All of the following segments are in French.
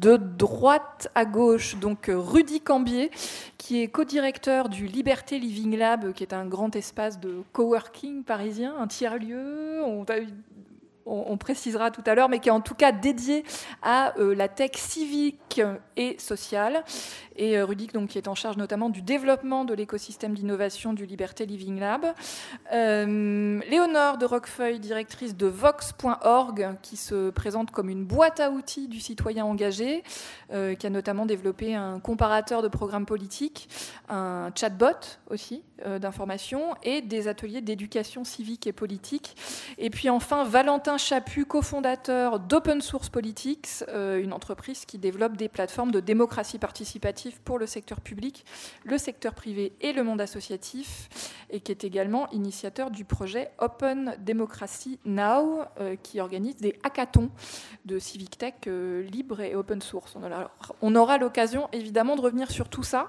de droite à gauche, donc Rudy Cambier, qui est co-directeur du Liberté Living Lab, qui est un grand espace de coworking parisien, un tiers-lieu. On précisera tout à l'heure, mais qui est en tout cas dédié à la tech civique et sociale. Et Rudy, donc, qui est en charge notamment du développement de l'écosystème d'innovation du Liberté Living Lab. Léonore de Roquefeuille, directrice de Vox.org, qui se présente comme une boîte à outils du citoyen engagé, qui a notamment développé un comparateur de programmes politiques, un chatbot aussi d'information, et des ateliers d'éducation civique et politique. Et puis enfin, Valentin Chaput, cofondateur d'Open Source Politics, une entreprise qui développe des plateformes de démocratie participative pour le secteur public, le secteur privé et le monde associatif, et qui est également initiateur du projet Open Democracy Now, qui organise des hackathons de civic tech libre et open source. On aura l'occasion évidemment de revenir sur tout ça.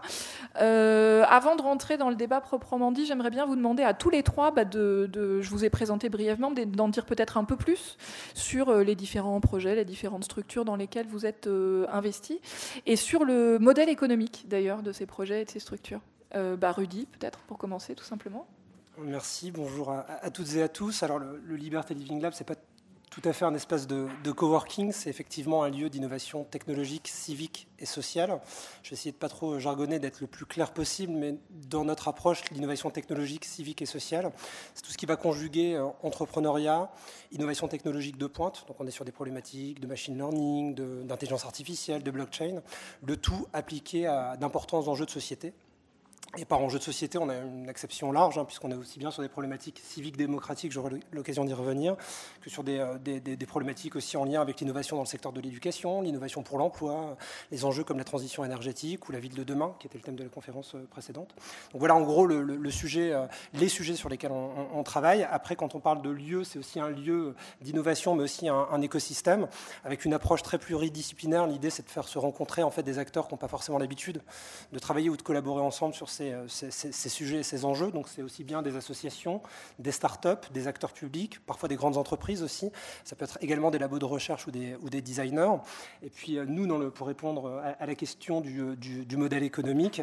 Avant de rentrer dans le débat proprement dit, j'aimerais bien vous demander à tous les trois, je vous ai présenté brièvement, d'en dire peut-être un peu plus sur les différents projets, les différentes structures dans lesquelles vous êtes investis, et sur le modèle économique d'ailleurs de ces projets et de ces structures. Rudy, peut-être pour commencer tout simplement. Merci, bonjour à toutes et à tous. Alors le Liberté Living Lab, c'est pas tout à fait un espace de coworking, c'est effectivement un lieu d'innovation technologique, civique et sociale. Je vais essayer de pas trop jargonner, d'être le plus clair possible, mais dans notre approche, l'innovation technologique, civique et sociale, c'est tout ce qui va conjuguer entrepreneuriat, innovation technologique de pointe, donc on est sur des problématiques de machine learning, d'intelligence artificielle, de blockchain, le tout appliqué à d'importants enjeux de société. Et par enjeu de société, on a une acception large, puisqu'on est aussi bien sur des problématiques civiques, démocratiques, j'aurai l'occasion d'y revenir, que sur des problématiques aussi en lien avec l'innovation dans le secteur de l'éducation, l'innovation pour l'emploi, les enjeux comme la transition énergétique ou la ville de demain, qui était le thème de la conférence précédente. Donc voilà en gros le sujet, les sujets sur lesquels on travaille. Après, quand on parle de lieu, c'est aussi un lieu d'innovation, mais aussi un écosystème, avec une approche très pluridisciplinaire. L'idée, c'est de faire se rencontrer en fait, des acteurs qui n'ont pas forcément l'habitude de travailler ou de collaborer ensemble sur ces sujets et ces enjeux. Donc c'est aussi bien des associations, des startups, des acteurs publics, parfois des grandes entreprises aussi. Ça peut être également des labos de recherche ou des designers. Et puis nous, pour répondre à la question du modèle économique,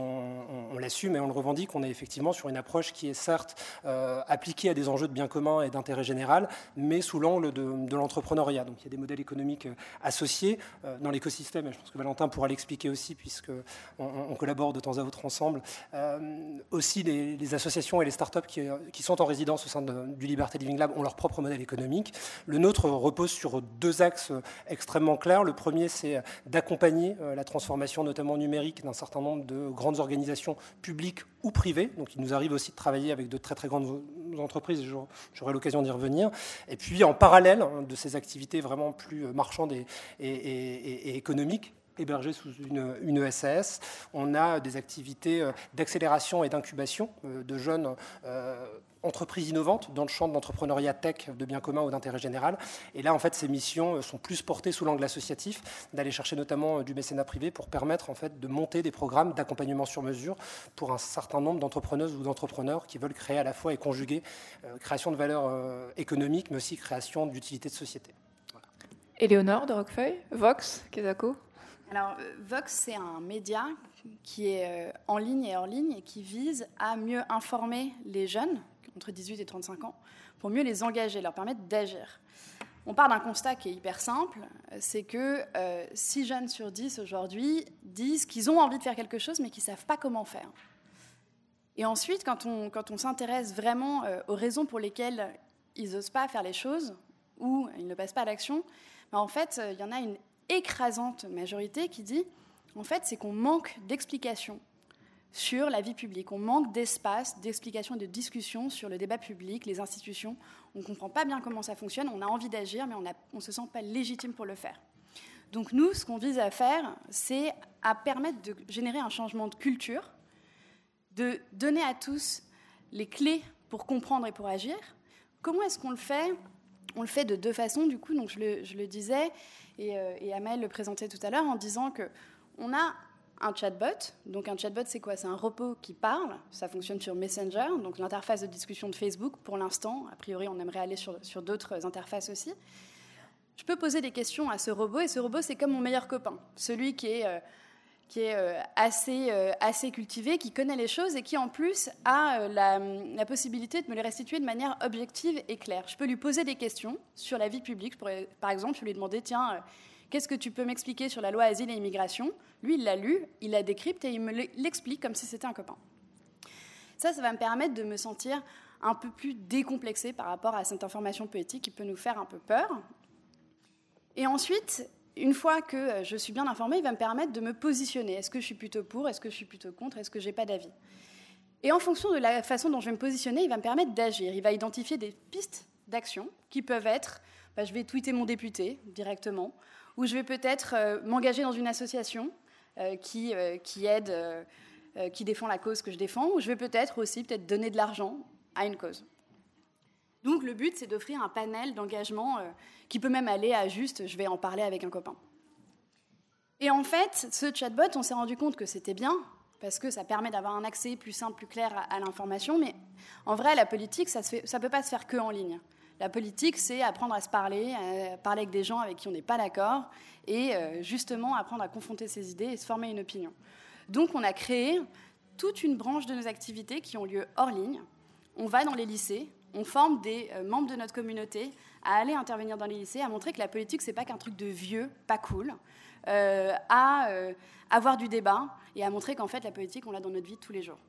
on l'assume et on le revendique. On est effectivement sur une approche qui est certes appliquée à des enjeux de bien commun et d'intérêt général, mais sous l'angle de l'entrepreneuriat. Donc il y a des modèles économiques associés dans l'écosystème. Et je pense que Valentin pourra l'expliquer aussi, puisqu'on collabore de temps à autre ensemble. Aussi, les associations et les startups qui sont en résidence au sein du Liberté Living Lab ont leur propre modèle économique. Le nôtre repose sur deux axes extrêmement clairs. Le premier, c'est d'accompagner la transformation, notamment numérique, d'un certain nombre de grandes organisations publiques ou privées. Donc, il nous arrive aussi de travailler avec de très, très grandes entreprises. J'aurai l'occasion d'y revenir. Et puis, en parallèle de ces activités vraiment plus marchandes et économiques, hébergés sous une SAS. On a des activités d'accélération et d'incubation de jeunes entreprises innovantes dans le champ de l'entrepreneuriat tech de bien commun ou d'intérêt général. Et là, en fait, ces missions sont plus portées sous l'angle associatif, d'aller chercher notamment du mécénat privé pour permettre en fait, de monter des programmes d'accompagnement sur mesure pour un certain nombre d'entrepreneuses ou d'entrepreneurs qui veulent créer à la fois et conjuguer création de valeur économique, mais aussi création d'utilité de société. Voilà. Éléonore de Roquefeuille, Vox, Quesaco. Alors, Vox, c'est un média qui est en ligne et hors ligne et qui vise à mieux informer les jeunes, entre 18 et 35 ans, pour mieux les engager, leur permettre d'agir. On part d'un constat qui est hyper simple, c'est que 6 jeunes sur 10 aujourd'hui disent qu'ils ont envie de faire quelque chose, mais qu'ils ne savent pas comment faire. Et ensuite, quand on s'intéresse vraiment aux raisons pour lesquelles ils n'osent pas faire les choses, ou ils ne passent pas à l'action, en fait, il y en a une écrasante majorité qui dit en fait c'est qu'on manque d'explications sur la vie publique, on manque d'espace, d'explications et de discussions sur le débat public, les institutions, on ne comprend pas bien comment ça fonctionne, on a envie d'agir mais on ne se sent pas légitime pour le faire. Donc nous, ce qu'on vise à faire, c'est à permettre de générer un changement de culture, de donner à tous les clés pour comprendre et pour agir. Comment est-ce qu'on le fait ? On le fait de deux façons, du coup, donc je le disais, et Amel le présentait tout à l'heure en disant qu'on a un chatbot. Donc un chatbot, c'est quoi ? C'est un robot qui parle, ça fonctionne sur Messenger, donc l'interface de discussion de Facebook pour l'instant. A priori, on aimerait aller sur d'autres interfaces aussi. je peux poser des questions à ce robot, et ce robot, c'est comme mon meilleur copain, celui qui est assez cultivé, qui connaît les choses et qui, en plus, a la possibilité de me les restituer de manière objective et claire. Je peux lui poser des questions sur la vie publique. Par exemple, je peux lui demander, tiens, qu'est-ce que tu peux m'expliquer sur la loi Asile et Immigration ? Lui, il l'a lu, il la décrypte et il me l'explique comme si c'était un copain. Ça va me permettre de me sentir un peu plus décomplexée par rapport à cette information politique qui peut nous faire un peu peur. Et ensuite, une fois que je suis bien informée, il va me permettre de me positionner. Est-ce que je suis plutôt pour ? Est-ce que je suis plutôt contre ? Est-ce que je n'ai pas d'avis ? Et en fonction de la façon dont je vais me positionner, il va me permettre d'agir. Il va identifier des pistes d'action qui peuvent être, je vais tweeter mon député directement, ou je vais peut-être m'engager dans une association qui aide, qui défend la cause que je défends, ou je vais peut-être donner de l'argent à une cause. Donc le but, c'est d'offrir un panel d'engagement qui peut même aller à juste « je vais en parler avec un copain ». Et en fait, ce chatbot, on s'est rendu compte que c'était bien, parce que ça permet d'avoir un accès plus simple, plus clair à l'information, mais en vrai, la politique, ça ne peut pas se faire qu'en ligne. La politique, c'est apprendre à se parler avec des gens avec qui on n'est pas d'accord, et justement apprendre à confronter ses idées et se former une opinion. Donc on a créé toute une branche de nos activités qui ont lieu hors ligne. On va dans les lycées, on forme des membres de notre communauté à aller intervenir dans les lycées, à montrer que la politique, c'est pas qu'un truc de vieux, pas cool, à avoir du débat et à montrer qu'en fait, la politique, on l'a dans notre vie tous les jours.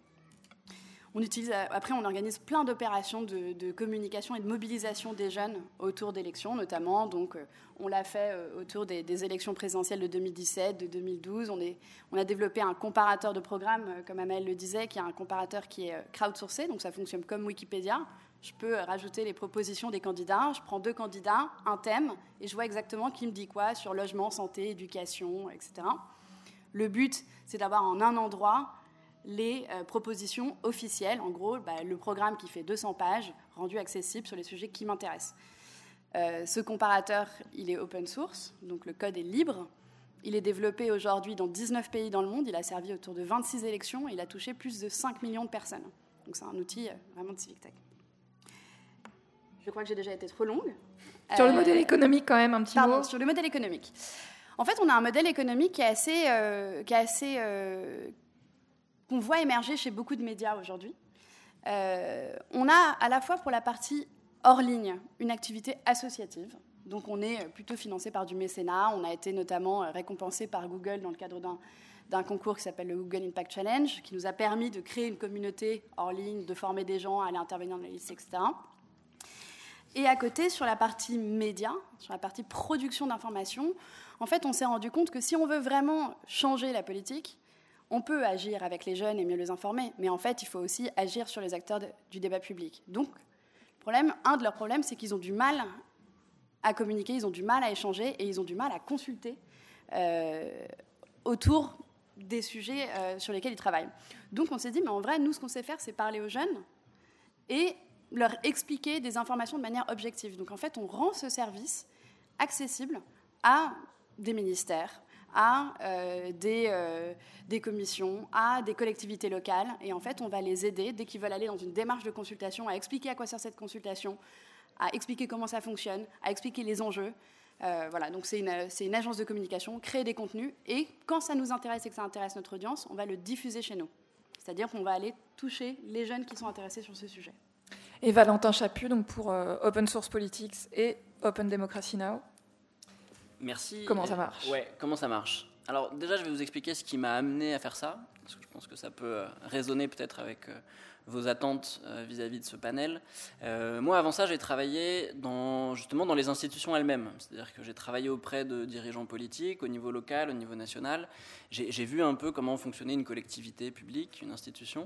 Après, on organise plein d'opérations de communication et de mobilisation des jeunes autour d'élections, notamment. Donc, on l'a fait autour des élections présidentielles de 2017, de 2012. On a développé un comparateur de programmes, comme Amel le disait, qui est un comparateur qui est crowdsourcé, donc ça fonctionne comme Wikipédia. Je peux rajouter les propositions des candidats. Je prends 2 candidats, un thème, et je vois exactement qui me dit quoi sur logement, santé, éducation, etc. Le but, c'est d'avoir en un endroit les propositions officielles, en gros, le programme qui fait 200 pages, rendu accessible sur les sujets qui m'intéressent. Ce comparateur, il est open source, donc le code est libre. Il est développé aujourd'hui dans 19 pays dans le monde. Il a servi autour de 26 élections. Et il a touché plus de 5 millions de personnes. Donc c'est un outil vraiment de civic tech. Je crois que j'ai déjà été trop longue. Sur le modèle économique, quand même, un petit mot. Sur le modèle économique. En fait, on a un modèle économique qui est assez qu'on voit émerger chez beaucoup de médias aujourd'hui. On a à la fois pour la partie hors ligne une activité associative. Donc on est plutôt financé par du mécénat. On a été notamment récompensé par Google dans le cadre d'un concours qui s'appelle le Google Impact Challenge, qui nous a permis de créer une communauté hors ligne, de former des gens à aller intervenir dans les lycées, etc. Et à côté, sur la partie média, sur la partie production d'informations, en fait, on s'est rendu compte que si on veut vraiment changer la politique, on peut agir avec les jeunes et mieux les informer, mais en fait, il faut aussi agir sur les acteurs du débat public. Donc, un de leurs problèmes, c'est qu'ils ont du mal à communiquer, ils ont du mal à échanger et ils ont du mal à consulter autour des sujets sur lesquels ils travaillent. Donc, on s'est dit, mais en vrai, nous, ce qu'on sait faire, c'est parler aux jeunes et leur expliquer des informations de manière objective. Donc, en fait, on rend ce service accessible à des ministères, à des commissions, à des collectivités locales. Et en fait, on va les aider, dès qu'ils veulent aller dans une démarche de consultation, à expliquer à quoi sert cette consultation, à expliquer comment ça fonctionne, à expliquer les enjeux. Voilà, donc c'est une agence de communication, créer des contenus. Et quand ça nous intéresse et que ça intéresse notre audience, on va le diffuser chez nous. C'est-à-dire qu'on va aller toucher les jeunes qui sont intéressés sur ce sujet. Et Valentin Chaput, donc pour Open Source Politics et Open Democracy Now. Merci. Comment ça marche ? Ouais, comment ça marche ? Alors déjà, je vais vous expliquer ce qui m'a amené à faire ça, parce que je pense que ça peut résonner peut-être avec vos attentes vis-à-vis de ce panel. Moi, avant ça, j'ai travaillé justement dans les institutions elles-mêmes. C'est-à-dire que j'ai travaillé auprès de dirigeants politiques, au niveau local, au niveau national. J'ai vu un peu comment fonctionnait une collectivité publique, une institution.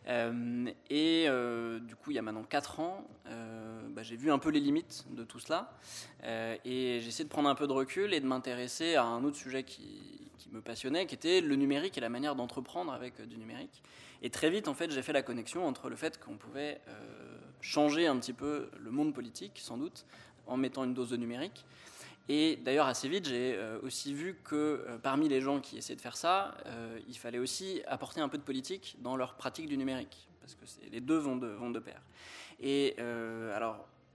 Du coup, il y a maintenant 4 ans, j'ai vu un peu les limites de tout cela. Et j'ai essayé de prendre un peu de recul et de m'intéresser à un autre sujet qui me passionnait, qui était le numérique et la manière d'entreprendre avec du numérique. Et très vite, en fait, j'ai fait la connexion entre le fait qu'on pouvait changer un petit peu le monde politique, sans doute, en mettant une dose de numérique. Et d'ailleurs, assez vite, j'ai aussi vu que parmi les gens qui essaient de faire ça, il fallait aussi apporter un peu de politique dans leur pratique du numérique, parce que les deux vont de pair. Et alors,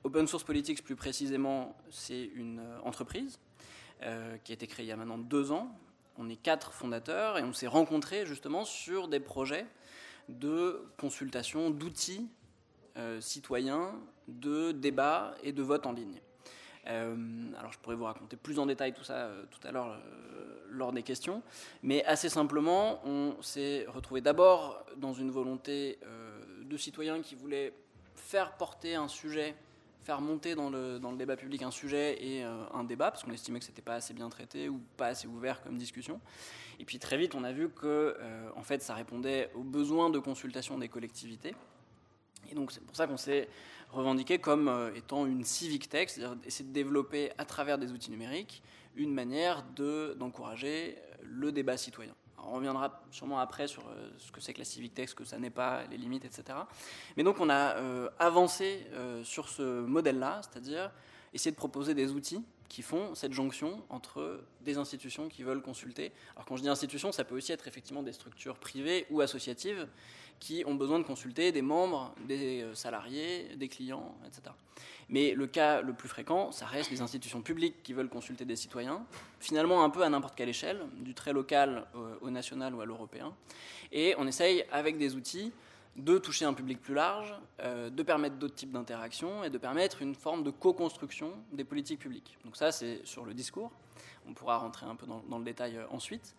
Open Source Politics, plus précisément, c'est une entreprise qui a été créée il y a maintenant 2 ans. On est 4 fondateurs et on s'est rencontrés justement sur des projets de consultation d'outils citoyens, de débat et de vote en ligne. Alors je pourrais vous raconter plus en détail tout ça tout à l'heure lors des questions, mais assez simplement, on s'est retrouvé d'abord dans une volonté de citoyens qui voulaient faire porter un sujet, faire monter dans le débat public un sujet et un débat, parce qu'on estimait que c'était pas assez bien traité ou pas assez ouvert comme discussion. Et puis très vite, on a vu que en fait, ça répondait aux besoins de consultation des collectivités. Et donc c'est pour ça qu'on s'est revendiqué comme étant une civic tech, c'est-à-dire essayer de développer à travers des outils numériques une manière d'encourager le débat citoyen. Alors, on reviendra sûrement après sur ce que c'est que la civic tech, ce que ça n'est pas, les limites, etc. Mais donc on a avancé sur ce modèle-là, c'est-à-dire essayer de proposer des outils qui font cette jonction entre des institutions qui veulent consulter. Alors quand je dis institutions, ça peut aussi être effectivement des structures privées ou associatives qui ont besoin de consulter des membres, des salariés, des clients, etc. Mais le cas le plus fréquent, ça reste les institutions publiques qui veulent consulter des citoyens, finalement un peu à n'importe quelle échelle, du très local au national ou à l'européen. Et on essaye, avec des outils, de toucher un public plus large, de permettre d'autres types d'interactions et de permettre une forme de co-construction des politiques publiques. Donc ça, c'est sur le discours. On pourra rentrer un peu dans le détail ensuite.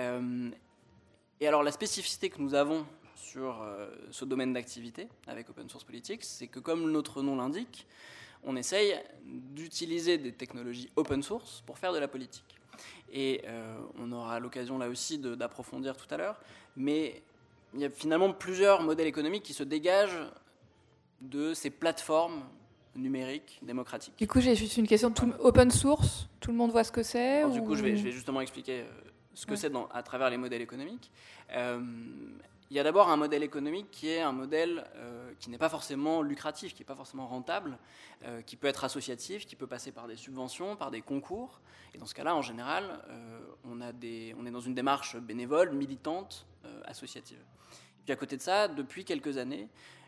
Et alors, la spécificité que nous avons sur ce domaine d'activité avec Open Source Politics, c'est que comme notre nom l'indique, on essaye d'utiliser des technologies open source pour faire de la politique. Et on aura l'occasion là aussi d'approfondir tout à l'heure, mais il y a finalement plusieurs modèles économiques qui se dégagent de ces plateformes numériques démocratiques. Du coup, j'ai juste une question. Open source, tout le monde voit ce que c'est Alors, du coup, je vais justement expliquer ce que c'est à travers les modèles économiques. Il y a d'abord un modèle économique qui est un modèle qui n'est pas forcément lucratif, qui n'est pas forcément rentable, qui peut être associatif, qui peut passer par des subventions, par des concours. Et dans ce cas-là, en général, on est dans une démarche bénévole, militante, associative. Et puis à côté de ça, depuis quelques années,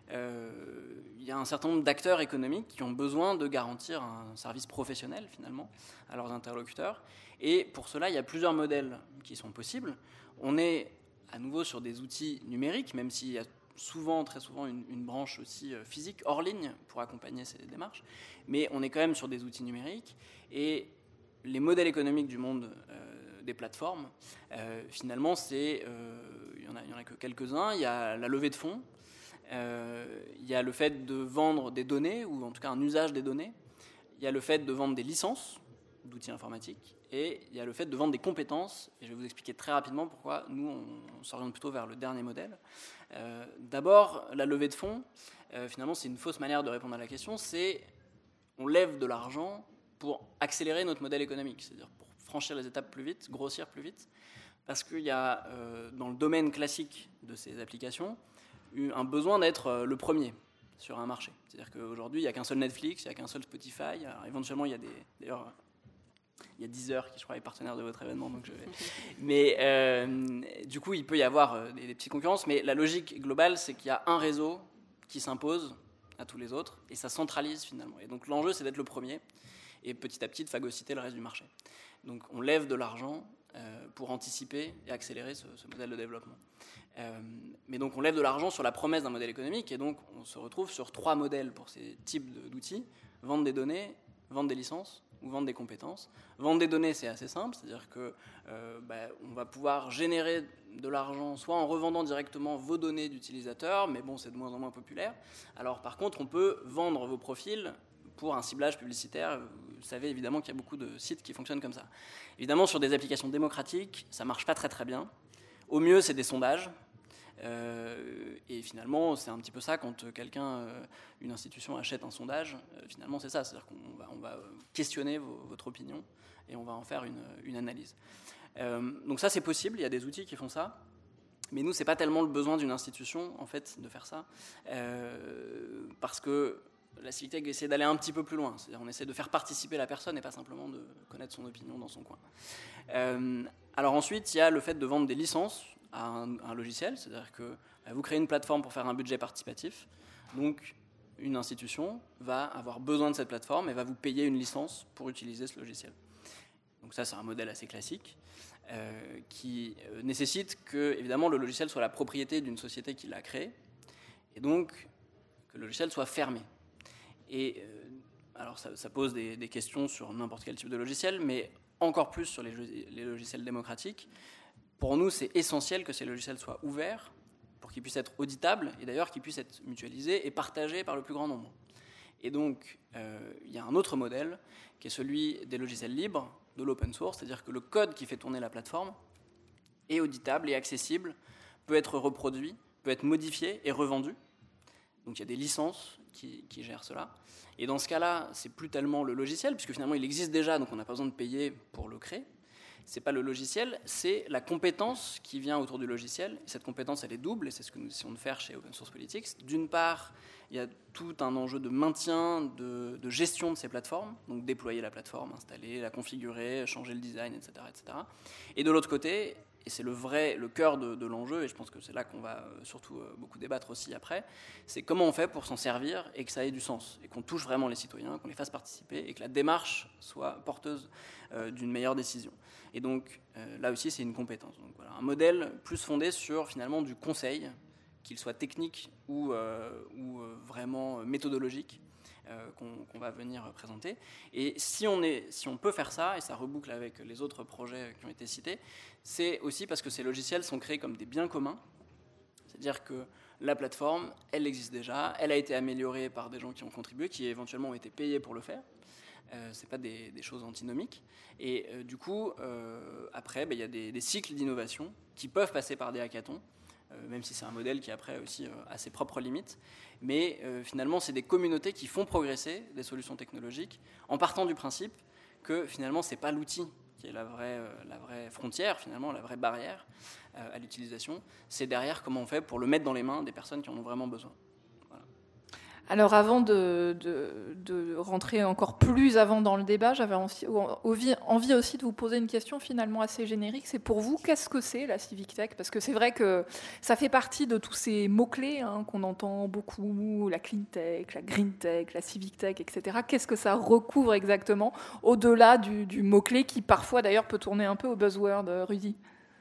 il y a un certain nombre d'acteurs économiques qui ont besoin de garantir un service professionnel, finalement, à leurs interlocuteurs. Et pour cela, il y a plusieurs modèles qui sont possibles. On est à nouveau sur des outils numériques, même s'il y a très souvent une branche aussi physique, hors ligne, pour accompagner ces démarches. Mais on est quand même sur des outils numériques. Et les modèles économiques du monde des plateformes, finalement, il y en a que quelques-uns. Il y a la levée de fonds, il y a le fait de vendre des données, ou en tout cas un usage des données. Il y a le fait de vendre des licences d'outils informatiques. Et il y a le fait de vendre des compétences, et je vais vous expliquer très rapidement pourquoi nous, on s'oriente plutôt vers le dernier modèle. D'abord, la levée de fonds, finalement, c'est une fausse manière de répondre à la question, c'est on lève de l'argent pour accélérer notre modèle économique, c'est-à-dire pour franchir les étapes plus vite, grossir plus vite, parce qu'il y a, dans le domaine classique de ces applications, un besoin d'être le premier sur un marché. C'est-à-dire qu'aujourd'hui, il n'y a qu'un seul Netflix, il n'y a qu'un seul Spotify, alors éventuellement, il y a d'ailleurs, il y a Deezer qui, je crois, est partenaire de votre événement. Donc mais du coup, il peut y avoir des petites concurrences. Mais la logique globale, c'est qu'il y a un réseau qui s'impose à tous les autres. Et ça centralise finalement. Et donc l'enjeu, c'est d'être le premier. Et petit à petit, de phagocyter le reste du marché. Donc on lève de l'argent pour anticiper et accélérer ce modèle de développement. Mais donc on lève de l'argent sur la promesse d'un modèle économique. Et donc on se retrouve sur 3 modèles pour ces types d'outils. Vendre des données, vendre des licences ou vendre des compétences. Vendre des données, c'est assez simple, c'est-à-dire que on va pouvoir générer de l'argent soit en revendant directement vos données d'utilisateurs, mais bon, c'est de moins en moins populaire. Alors par contre, on peut vendre vos profils pour un ciblage publicitaire. Vous savez évidemment qu'il y a beaucoup de sites qui fonctionnent comme ça. Évidemment, sur des applications démocratiques, ça marche pas très très bien. Au mieux, c'est des sondages. Et finalement, c'est un petit peu ça quand une institution achète un sondage. Finalement, c'est ça, c'est-à-dire qu'on va questionner votre opinion et on va en faire une analyse. Donc ça, c'est possible. Il y a des outils qui font ça. Mais nous, c'est pas tellement le besoin d'une institution en fait de faire ça, parce que la civic tech essaie d'aller un petit peu plus loin. C'est-à-dire, on essaie de faire participer la personne et pas simplement de connaître son opinion dans son coin. Alors ensuite, il y a le fait de vendre des licences à un logiciel, c'est-à-dire que vous créez une plateforme pour faire un budget participatif. Donc, une institution va avoir besoin de cette plateforme et va vous payer une licence pour utiliser ce logiciel. Donc ça, c'est un modèle assez classique qui nécessite que, évidemment, le logiciel soit la propriété d'une société qui l'a créé et donc que le logiciel soit fermé. Et alors ça pose des questions sur n'importe quel type de logiciel, mais encore plus sur les logiciels démocratiques. Pour nous, c'est essentiel que ces logiciels soient ouverts pour qu'ils puissent être auditables et d'ailleurs qu'ils puissent être mutualisés et partagés par le plus grand nombre. Et donc, il y a un autre modèle qui est celui des logiciels libres, de l'open source, c'est-à-dire que le code qui fait tourner la plateforme est auditable et accessible, peut être reproduit, peut être modifié et revendu. Donc il y a des licences qui gèrent cela. Et dans ce cas-là, c'est plus tellement le logiciel, puisque finalement il existe déjà, donc on n'a pas besoin de payer pour le créer. C'est pas le logiciel, c'est la compétence qui vient autour du logiciel. Et cette compétence, elle est double, et c'est ce que nous essayons de faire chez Open Source Politics. D'une part, il y a tout un enjeu de maintien, de gestion de ces plateformes, donc déployer la plateforme, installer, la configurer, changer le design, etc. etc. Et de l'autre côté, et c'est le cœur de l'enjeu, et je pense que c'est là qu'on va surtout beaucoup débattre aussi après, c'est comment on fait pour s'en servir et que ça ait du sens, et qu'on touche vraiment les citoyens, qu'on les fasse participer, et que la démarche soit porteuse d'une meilleure décision. Et donc là aussi, c'est une compétence. Donc, voilà, un modèle plus fondé sur finalement du conseil, qu'il soit technique ou vraiment méthodologique, qu'on va venir présenter. Et si on peut faire ça, et ça reboucle avec les autres projets qui ont été cités, c'est aussi parce que ces logiciels sont créés comme des biens communs, c'est-à-dire que la plateforme, elle existe déjà, elle a été améliorée par des gens qui ont contribué, qui éventuellement ont été payés pour le faire. Ce n'est pas des choses antinomiques. Et du coup, après, il y a des cycles d'innovation qui peuvent passer par des hackathons, même si c'est un modèle qui après aussi a ses propres limites. Mais finalement, c'est des communautés qui font progresser des solutions technologiques en partant du principe que finalement, ce n'est pas l'outil qui est la vraie frontière, finalement, la vraie barrière à l'utilisation. C'est derrière comment on fait pour le mettre dans les mains des personnes qui en ont vraiment besoin. Alors avant de rentrer encore plus avant dans le débat, j'avais envie aussi de vous poser une question finalement assez générique. C'est pour vous, qu'est-ce que c'est la Civic Tech ? Parce que c'est vrai que ça fait partie de tous ces mots-clés qu'on entend beaucoup, la Clean Tech, la Green Tech, la Civic Tech, etc. Qu'est-ce que ça recouvre exactement, au-delà du mot-clé qui parfois d'ailleurs peut tourner un peu au buzzword, Rudy ?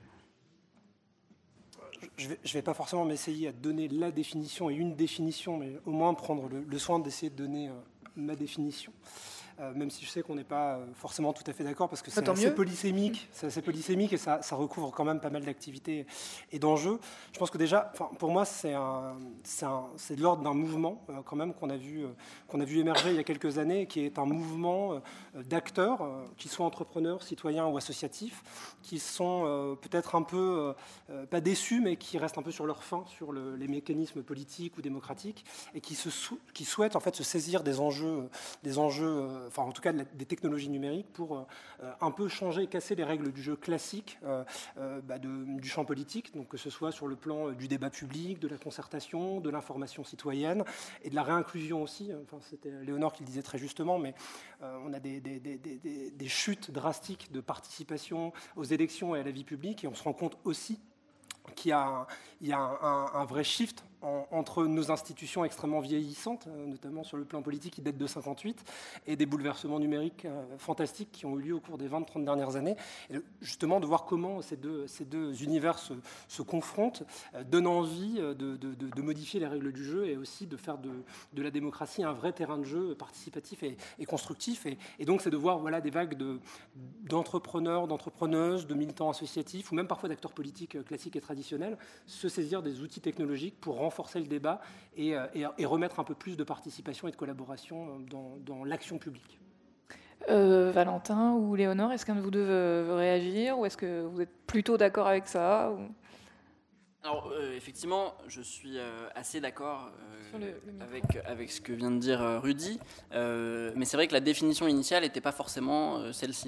Je ne vais pas forcément m'essayer à donner la définition et une définition, mais au moins prendre le soin d'essayer de donner ma définition. Même si je sais qu'on n'est pas forcément tout à fait d'accord, parce que c'est assez polysémique et ça recouvre quand même pas mal d'activités et d'enjeux. Je pense que déjà, pour moi, c'est de l'ordre d'un mouvement quand même qu'on a vu émerger il y a quelques années, qui est un mouvement d'acteurs, qui soient entrepreneurs, citoyens ou associatifs, qui sont peut-être un peu, pas déçus, mais qui restent un peu sur leur faim, sur les mécanismes politiques ou démocratiques, et qui souhaitent en fait se saisir des enjeux en tout cas des technologies numériques pour un peu changer, casser les règles du jeu classique du champ politique, donc que ce soit sur le plan du débat public, de la concertation, de l'information citoyenne et de la réinclusion aussi. Enfin, c'était Léonore qui le disait très justement, mais on a des chutes drastiques de participation aux élections et à la vie publique, et on se rend compte aussi qu'il y a un vrai shift entre nos institutions extrêmement vieillissantes, notamment sur le plan politique qui date de 58, et des bouleversements numériques fantastiques qui ont eu lieu au cours des 20-30 dernières années. Et justement, de voir comment ces deux univers se confrontent donne envie de modifier les règles du jeu et aussi de faire de la démocratie un vrai terrain de jeu participatif et constructif. Et donc, c'est de voir des vagues d'entrepreneurs, d'entrepreneuses, de militants associatifs ou même parfois d'acteurs politiques classiques et traditionnels se saisir des outils technologiques pour renforcer le débat et remettre un peu plus de participation et de collaboration dans l'action publique. Valentin ou Léonore, est-ce qu'un de vous deux veut réagir, ou est-ce que vous êtes plutôt d'accord avec ça ou... Alors, effectivement, je suis assez d'accord avec ce que vient de dire Rudy, mais c'est vrai que la définition initiale n'était pas forcément celle-ci.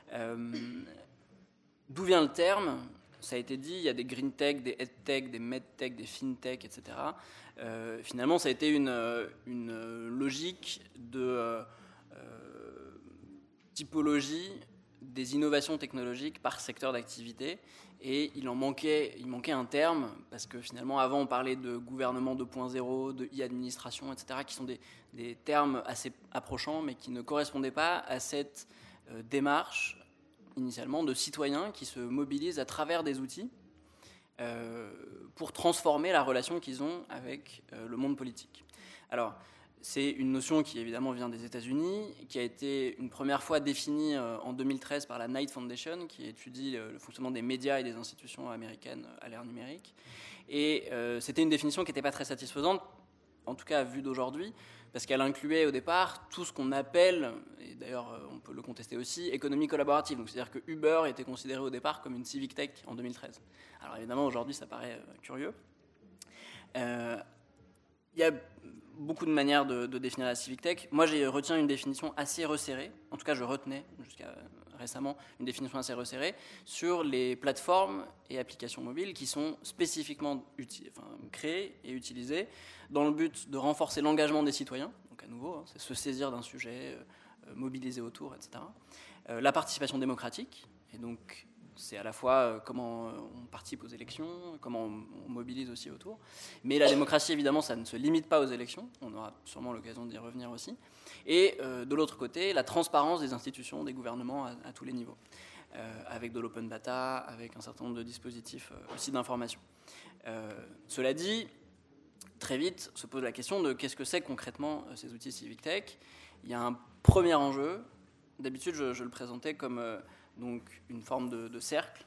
D'où vient le terme ? Ça a été dit, il y a des green tech, des head-tech, des med-tech, des fin-tech, etc. Finalement, ça a été une logique de typologie des innovations technologiques par secteur d'activité. Et il manquait un terme, parce que finalement, avant, on parlait de gouvernement 2.0, de e-administration, etc., qui sont des termes assez approchants, mais qui ne correspondaient pas à cette démarche, initialement, de citoyens qui se mobilisent à travers des outils pour transformer la relation qu'ils ont avec le monde politique. Alors, c'est une notion qui, évidemment, vient des États-Unis, qui a été une première fois définie en 2013 par la Knight Foundation, qui étudie le fonctionnement des médias et des institutions américaines à l'ère numérique. Et c'était une définition qui n'était pas très satisfaisante, en tout cas vue d'aujourd'hui, parce qu'elle incluait au départ tout ce qu'on appelle, et d'ailleurs on peut le contester aussi, économie collaborative. Donc c'est-à-dire que Uber était considéré au départ comme une civic tech en 2013. Alors évidemment, aujourd'hui, ça paraît curieux. Il y a beaucoup de manières de définir la civic tech. Moi, j'ai retenu une définition assez resserrée. En tout cas, je retenais jusqu'à récemment une définition assez resserrée sur les plateformes et applications mobiles qui sont spécifiquement créées et utilisées dans le but de renforcer l'engagement des citoyens. Donc à nouveau, c'est se saisir d'un sujet, mobiliser autour, etc. La participation démocratique, et donc c'est à la fois comment on participe aux élections, comment on mobilise aussi autour. Mais la démocratie, évidemment, ça ne se limite pas aux élections. On aura sûrement l'occasion d'y revenir aussi. Et de l'autre côté, la transparence des institutions, des gouvernements à tous les niveaux. Avec de l'open data, avec un certain nombre de dispositifs aussi d'information. Cela dit, très vite se pose la question de qu'est-ce que c'est concrètement ces outils civic tech. Il y a un premier enjeu. D'habitude, je le présentais comme donc une forme de cercle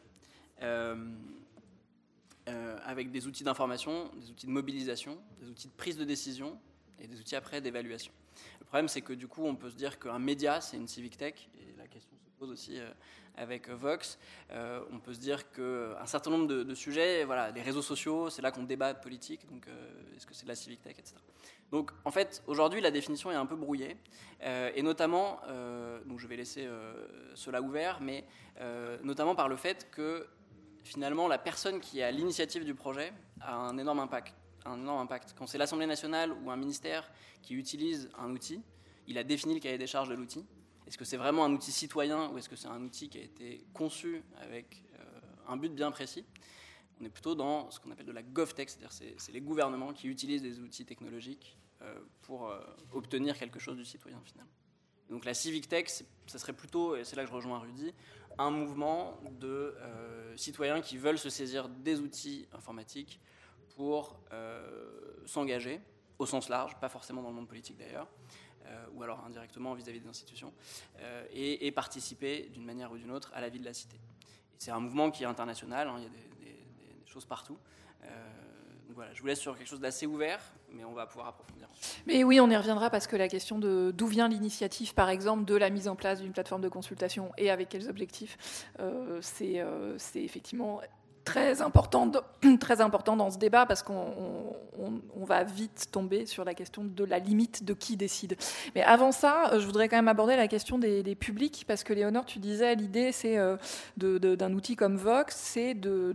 avec des outils d'information, des outils de mobilisation, des outils de prise de décision et des outils après d'évaluation. Le problème, c'est que du coup, on peut se dire qu'un média, c'est une civic tech, et la question se pose aussi avec Vox. On peut se dire qu'un certain nombre de sujets, voilà, les réseaux sociaux, c'est là qu'on débat de politique, donc est-ce que c'est de la civic tech, etc. Donc, en fait, aujourd'hui, la définition est un peu brouillée, et notamment, donc je vais laisser cela ouvert, mais notamment par le fait que, finalement, la personne qui est à l'initiative du projet a un énorme impact. Quand c'est l'Assemblée nationale ou un ministère qui utilise un outil, il a défini le cahier des charges de l'outil. Est-ce que c'est vraiment un outil citoyen ou est-ce que c'est un outil qui a été conçu avec un but bien précis ? On est plutôt dans ce qu'on appelle de la GovTech, c'est-à-dire c'est les gouvernements qui utilisent des outils technologiques pour obtenir quelque chose du citoyen finalement. Donc la civic tech, ça serait plutôt, et c'est là que je rejoins Rudy, un mouvement de citoyens qui veulent se saisir des outils informatiques pour s'engager au sens large, pas forcément dans le monde politique d'ailleurs, ou alors indirectement vis-à-vis des institutions, et participer d'une manière ou d'une autre à la vie de la cité. Et c'est un mouvement qui est international, hein, il y a des choses partout. Donc voilà, je vous laisse sur quelque chose d'assez ouvert, mais on va pouvoir approfondir. Mais oui, on y reviendra parce que la question de d'où vient l'initiative, par exemple, de la mise en place d'une plateforme de consultation et avec quels objectifs, c'est effectivement très important dans ce débat parce qu'on va vite tomber sur la question de la limite de qui décide. Mais avant ça, je voudrais quand même aborder la question des publics parce que Léonore, tu disais l'idée c'est d'un outil comme Vox, c'est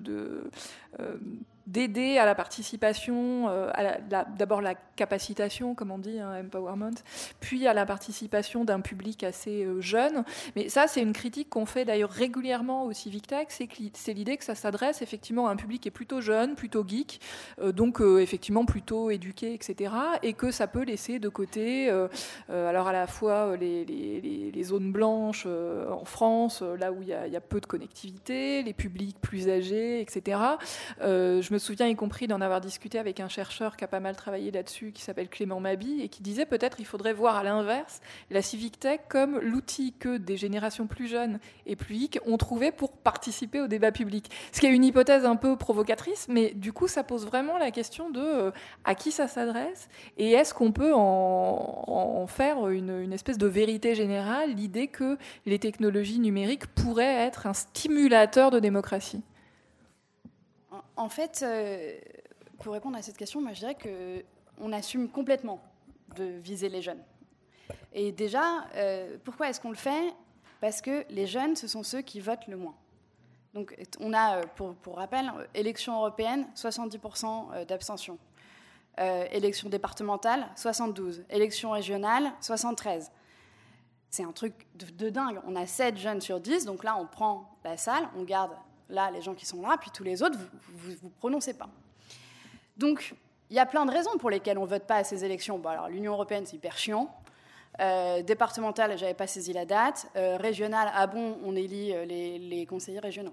d'aider à la participation, d'abord la capacitation, comme on dit, hein, empowerment, puis à la participation d'un public assez jeune. Mais ça, c'est une critique qu'on fait d'ailleurs régulièrement au Civic Tech, c'est l'idée que ça s'adresse effectivement à un public qui est plutôt jeune, plutôt geek, donc effectivement plutôt éduqué, etc., et que ça peut laisser de côté, alors à la fois les zones blanches en France, là où il y a peu de connectivité, les publics plus âgés, etc. Je me souviens y compris d'en avoir discuté avec un chercheur qui a pas mal travaillé là-dessus, qui s'appelle Clément Mabi, et qui disait peut-être il faudrait voir à l'inverse la civic tech comme l'outil que des générations plus jeunes et plus geeks ont trouvé pour participer au débat public. Ce qui est une hypothèse un peu provocatrice, mais du coup ça pose vraiment la question de à qui ça s'adresse et est-ce qu'on peut en faire une espèce de vérité générale, l'idée que les technologies numériques pourraient être un stimulateur de démocratie. En fait, pour répondre à cette question, moi, je dirais qu'on assume complètement de viser les jeunes. Et déjà, pourquoi est-ce qu'on le fait ? Parce que les jeunes, ce sont ceux qui votent le moins. Donc, on a, pour rappel, élection européenne, 70% d'abstention. Élection départementale, 72. Élection régionale, 73. c'est un truc de dingue. On a 7 jeunes sur 10, donc là, on prend la salle, on garde là les gens qui sont là, puis tous les autres, vous prononcez pas. Donc, il y a plein de raisons pour lesquelles on ne vote pas à ces élections. Bon, alors, l'Union européenne, c'est hyper chiant. Départementale, je n'avais pas saisi la date. Régionale, ah bon, on élit les conseillers régionaux.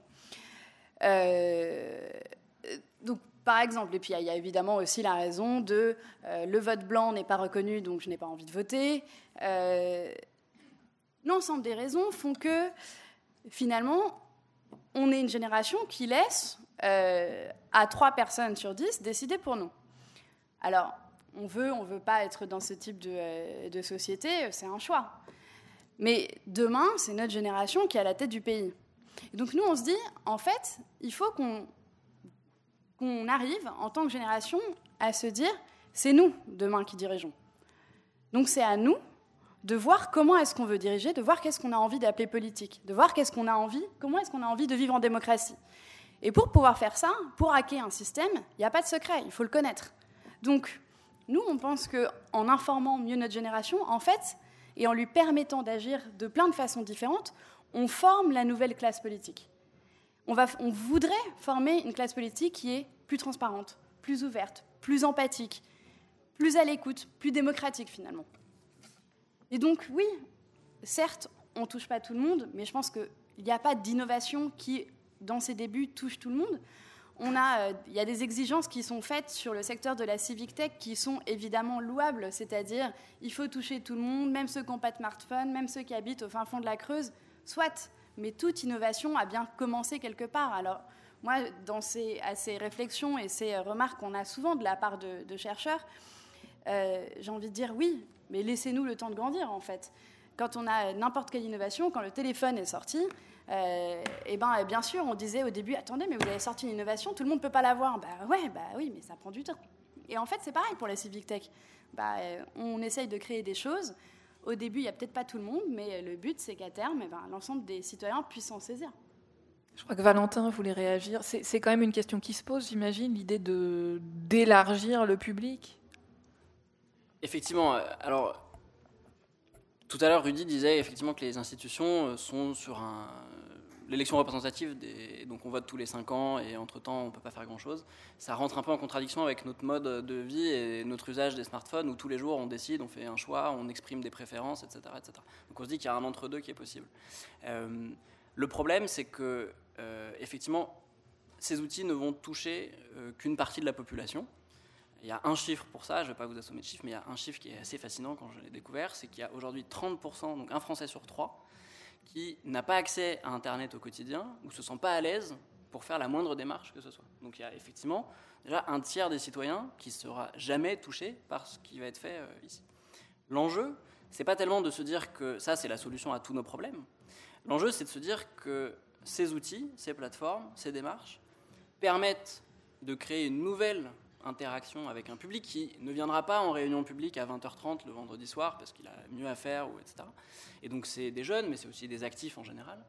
Donc, par exemple, et puis il y a évidemment aussi la raison de le vote blanc n'est pas reconnu, donc je n'ai pas envie de voter. L'ensemble des raisons font que, finalement, on est une génération qui laisse à 3 personnes sur 10 décider pour nous. Alors, on veut pas être dans ce type de société, c'est un choix. Mais demain, c'est notre génération qui est à la tête du pays. Et donc nous, on se dit, en fait, il faut qu'on arrive, en tant que génération, à se dire, c'est nous, demain, qui dirigeons. Donc c'est à nous de voir comment est-ce qu'on veut diriger, de voir qu'est-ce qu'on a envie d'appeler politique, de voir comment est-ce qu'on a envie de vivre en démocratie. Et pour pouvoir faire ça, pour hacker un système, il n'y a pas de secret, il faut le connaître. Donc, nous, on pense qu'en informant mieux notre génération, en fait, et en lui permettant d'agir de plein de façons différentes, on forme la nouvelle classe politique. On voudrait former une classe politique qui est plus transparente, plus ouverte, plus empathique, plus à l'écoute, plus démocratique, finalement. Et donc, oui, certes, on ne touche pas tout le monde, mais je pense qu'il n'y a pas d'innovation qui, dans ses débuts, touche tout le monde. Il y a des exigences qui sont faites sur le secteur de la civic tech qui sont évidemment louables, c'est-à-dire il faut toucher tout le monde, même ceux qui n'ont pas de smartphone, même ceux qui habitent au fin fond de la Creuse, soit, mais toute innovation a bien commencé quelque part. Alors moi, à ces réflexions et ces remarques qu'on a souvent de la part de chercheurs, j'ai envie de dire oui, mais laissez-nous le temps de grandir en fait. Quand on a n'importe quelle innovation, quand le téléphone est sorti, bien sûr, on disait au début, attendez, mais vous avez sorti une innovation, tout le monde ne peut pas l'avoir. Oui, mais ça prend du temps. Et en fait, c'est pareil pour la civic tech. On essaye de créer des choses. Au début, il n'y a peut-être pas tout le monde, mais le but, c'est qu'à terme, l'ensemble des citoyens puissent s'en saisir. Je crois que Valentin voulait réagir. C'est quand même une question qui se pose, j'imagine, l'idée d'élargir le public. Effectivement. Alors, tout à l'heure, Rudy disait effectivement que les institutions sont sur l'élection représentative, donc on vote tous les 5 ans et entre-temps on ne peut pas faire grand-chose. Ça rentre un peu en contradiction avec notre mode de vie et notre usage des smartphones où tous les jours on décide, on fait un choix, on exprime des préférences, etc. Donc on se dit qu'il y a un entre-deux qui est possible. Le problème, c'est que effectivement, ces outils ne vont toucher qu'une partie de la population. Il y a un chiffre pour ça, je ne vais pas vous assommer de chiffres, mais il y a un chiffre qui est assez fascinant quand je l'ai découvert, c'est qu'il y a aujourd'hui 30%, donc un Français sur 3, qui n'a pas accès à Internet au quotidien ou ne se sent pas à l'aise pour faire la moindre démarche que ce soit. Donc il y a effectivement déjà un tiers des citoyens qui ne sera jamais touché par ce qui va être fait ici. L'enjeu, ce n'est pas tellement de se dire que ça, c'est la solution à tous nos problèmes. L'enjeu, c'est de se dire que ces outils, ces plateformes, ces démarches permettent de créer une nouvelle interaction avec un public qui ne viendra pas en réunion publique à 20h30 le vendredi soir parce qu'il a mieux à faire, etc. Et donc c'est des jeunes, mais c'est aussi des actifs en général.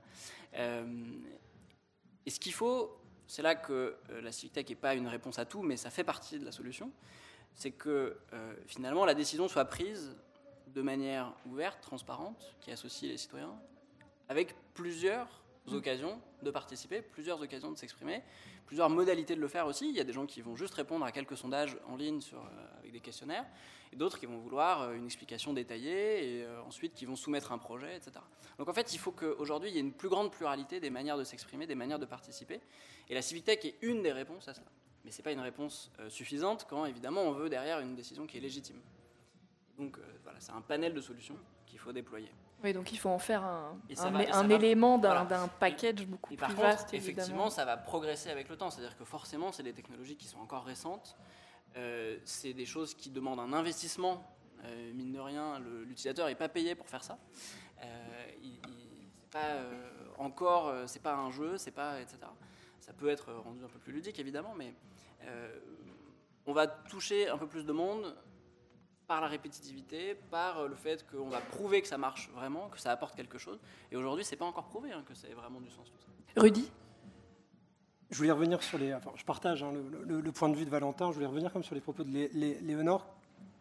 Et ce qu'il faut, c'est là que la civic tech n'est pas une réponse à tout, mais ça fait partie de la solution, c'est que finalement la décision soit prise de manière ouverte, transparente, qui associe les citoyens, avec plusieurs occasions de participer, plusieurs occasions de s'exprimer, plusieurs modalités de le faire aussi. Il y a des gens qui vont juste répondre à quelques sondages en ligne avec des questionnaires, et d'autres qui vont vouloir une explication détaillée, et ensuite qui vont soumettre un projet, etc. Donc en fait, il faut qu'aujourd'hui, il y ait une plus grande pluralité des manières de s'exprimer, des manières de participer, et la civic tech est une des réponses à cela. Mais ce n'est pas une réponse suffisante quand, évidemment, on veut derrière une décision qui est légitime. Donc voilà, c'est un panel de solutions qu'il faut déployer. Oui, donc il faut en faire un élément d'un package beaucoup plus vaste. Effectivement, ça va progresser avec le temps. C'est-à-dire que forcément, c'est des technologies qui sont encore récentes. C'est des choses qui demandent un investissement. Mine de rien, l'utilisateur n'est pas payé pour faire ça. C'est pas un jeu, c'est pas, etc. Ça peut être rendu un peu plus ludique, évidemment, mais on va toucher un peu plus de monde par la répétitivité, par le fait qu'on va prouver que ça marche vraiment, que ça apporte quelque chose. Et aujourd'hui, c'est pas encore prouvé que ça ait vraiment du sens, tout ça. Rudy ? Je voulais revenir sur je partage le point de vue de Valentin, je voulais revenir comme sur les propos de Léonore.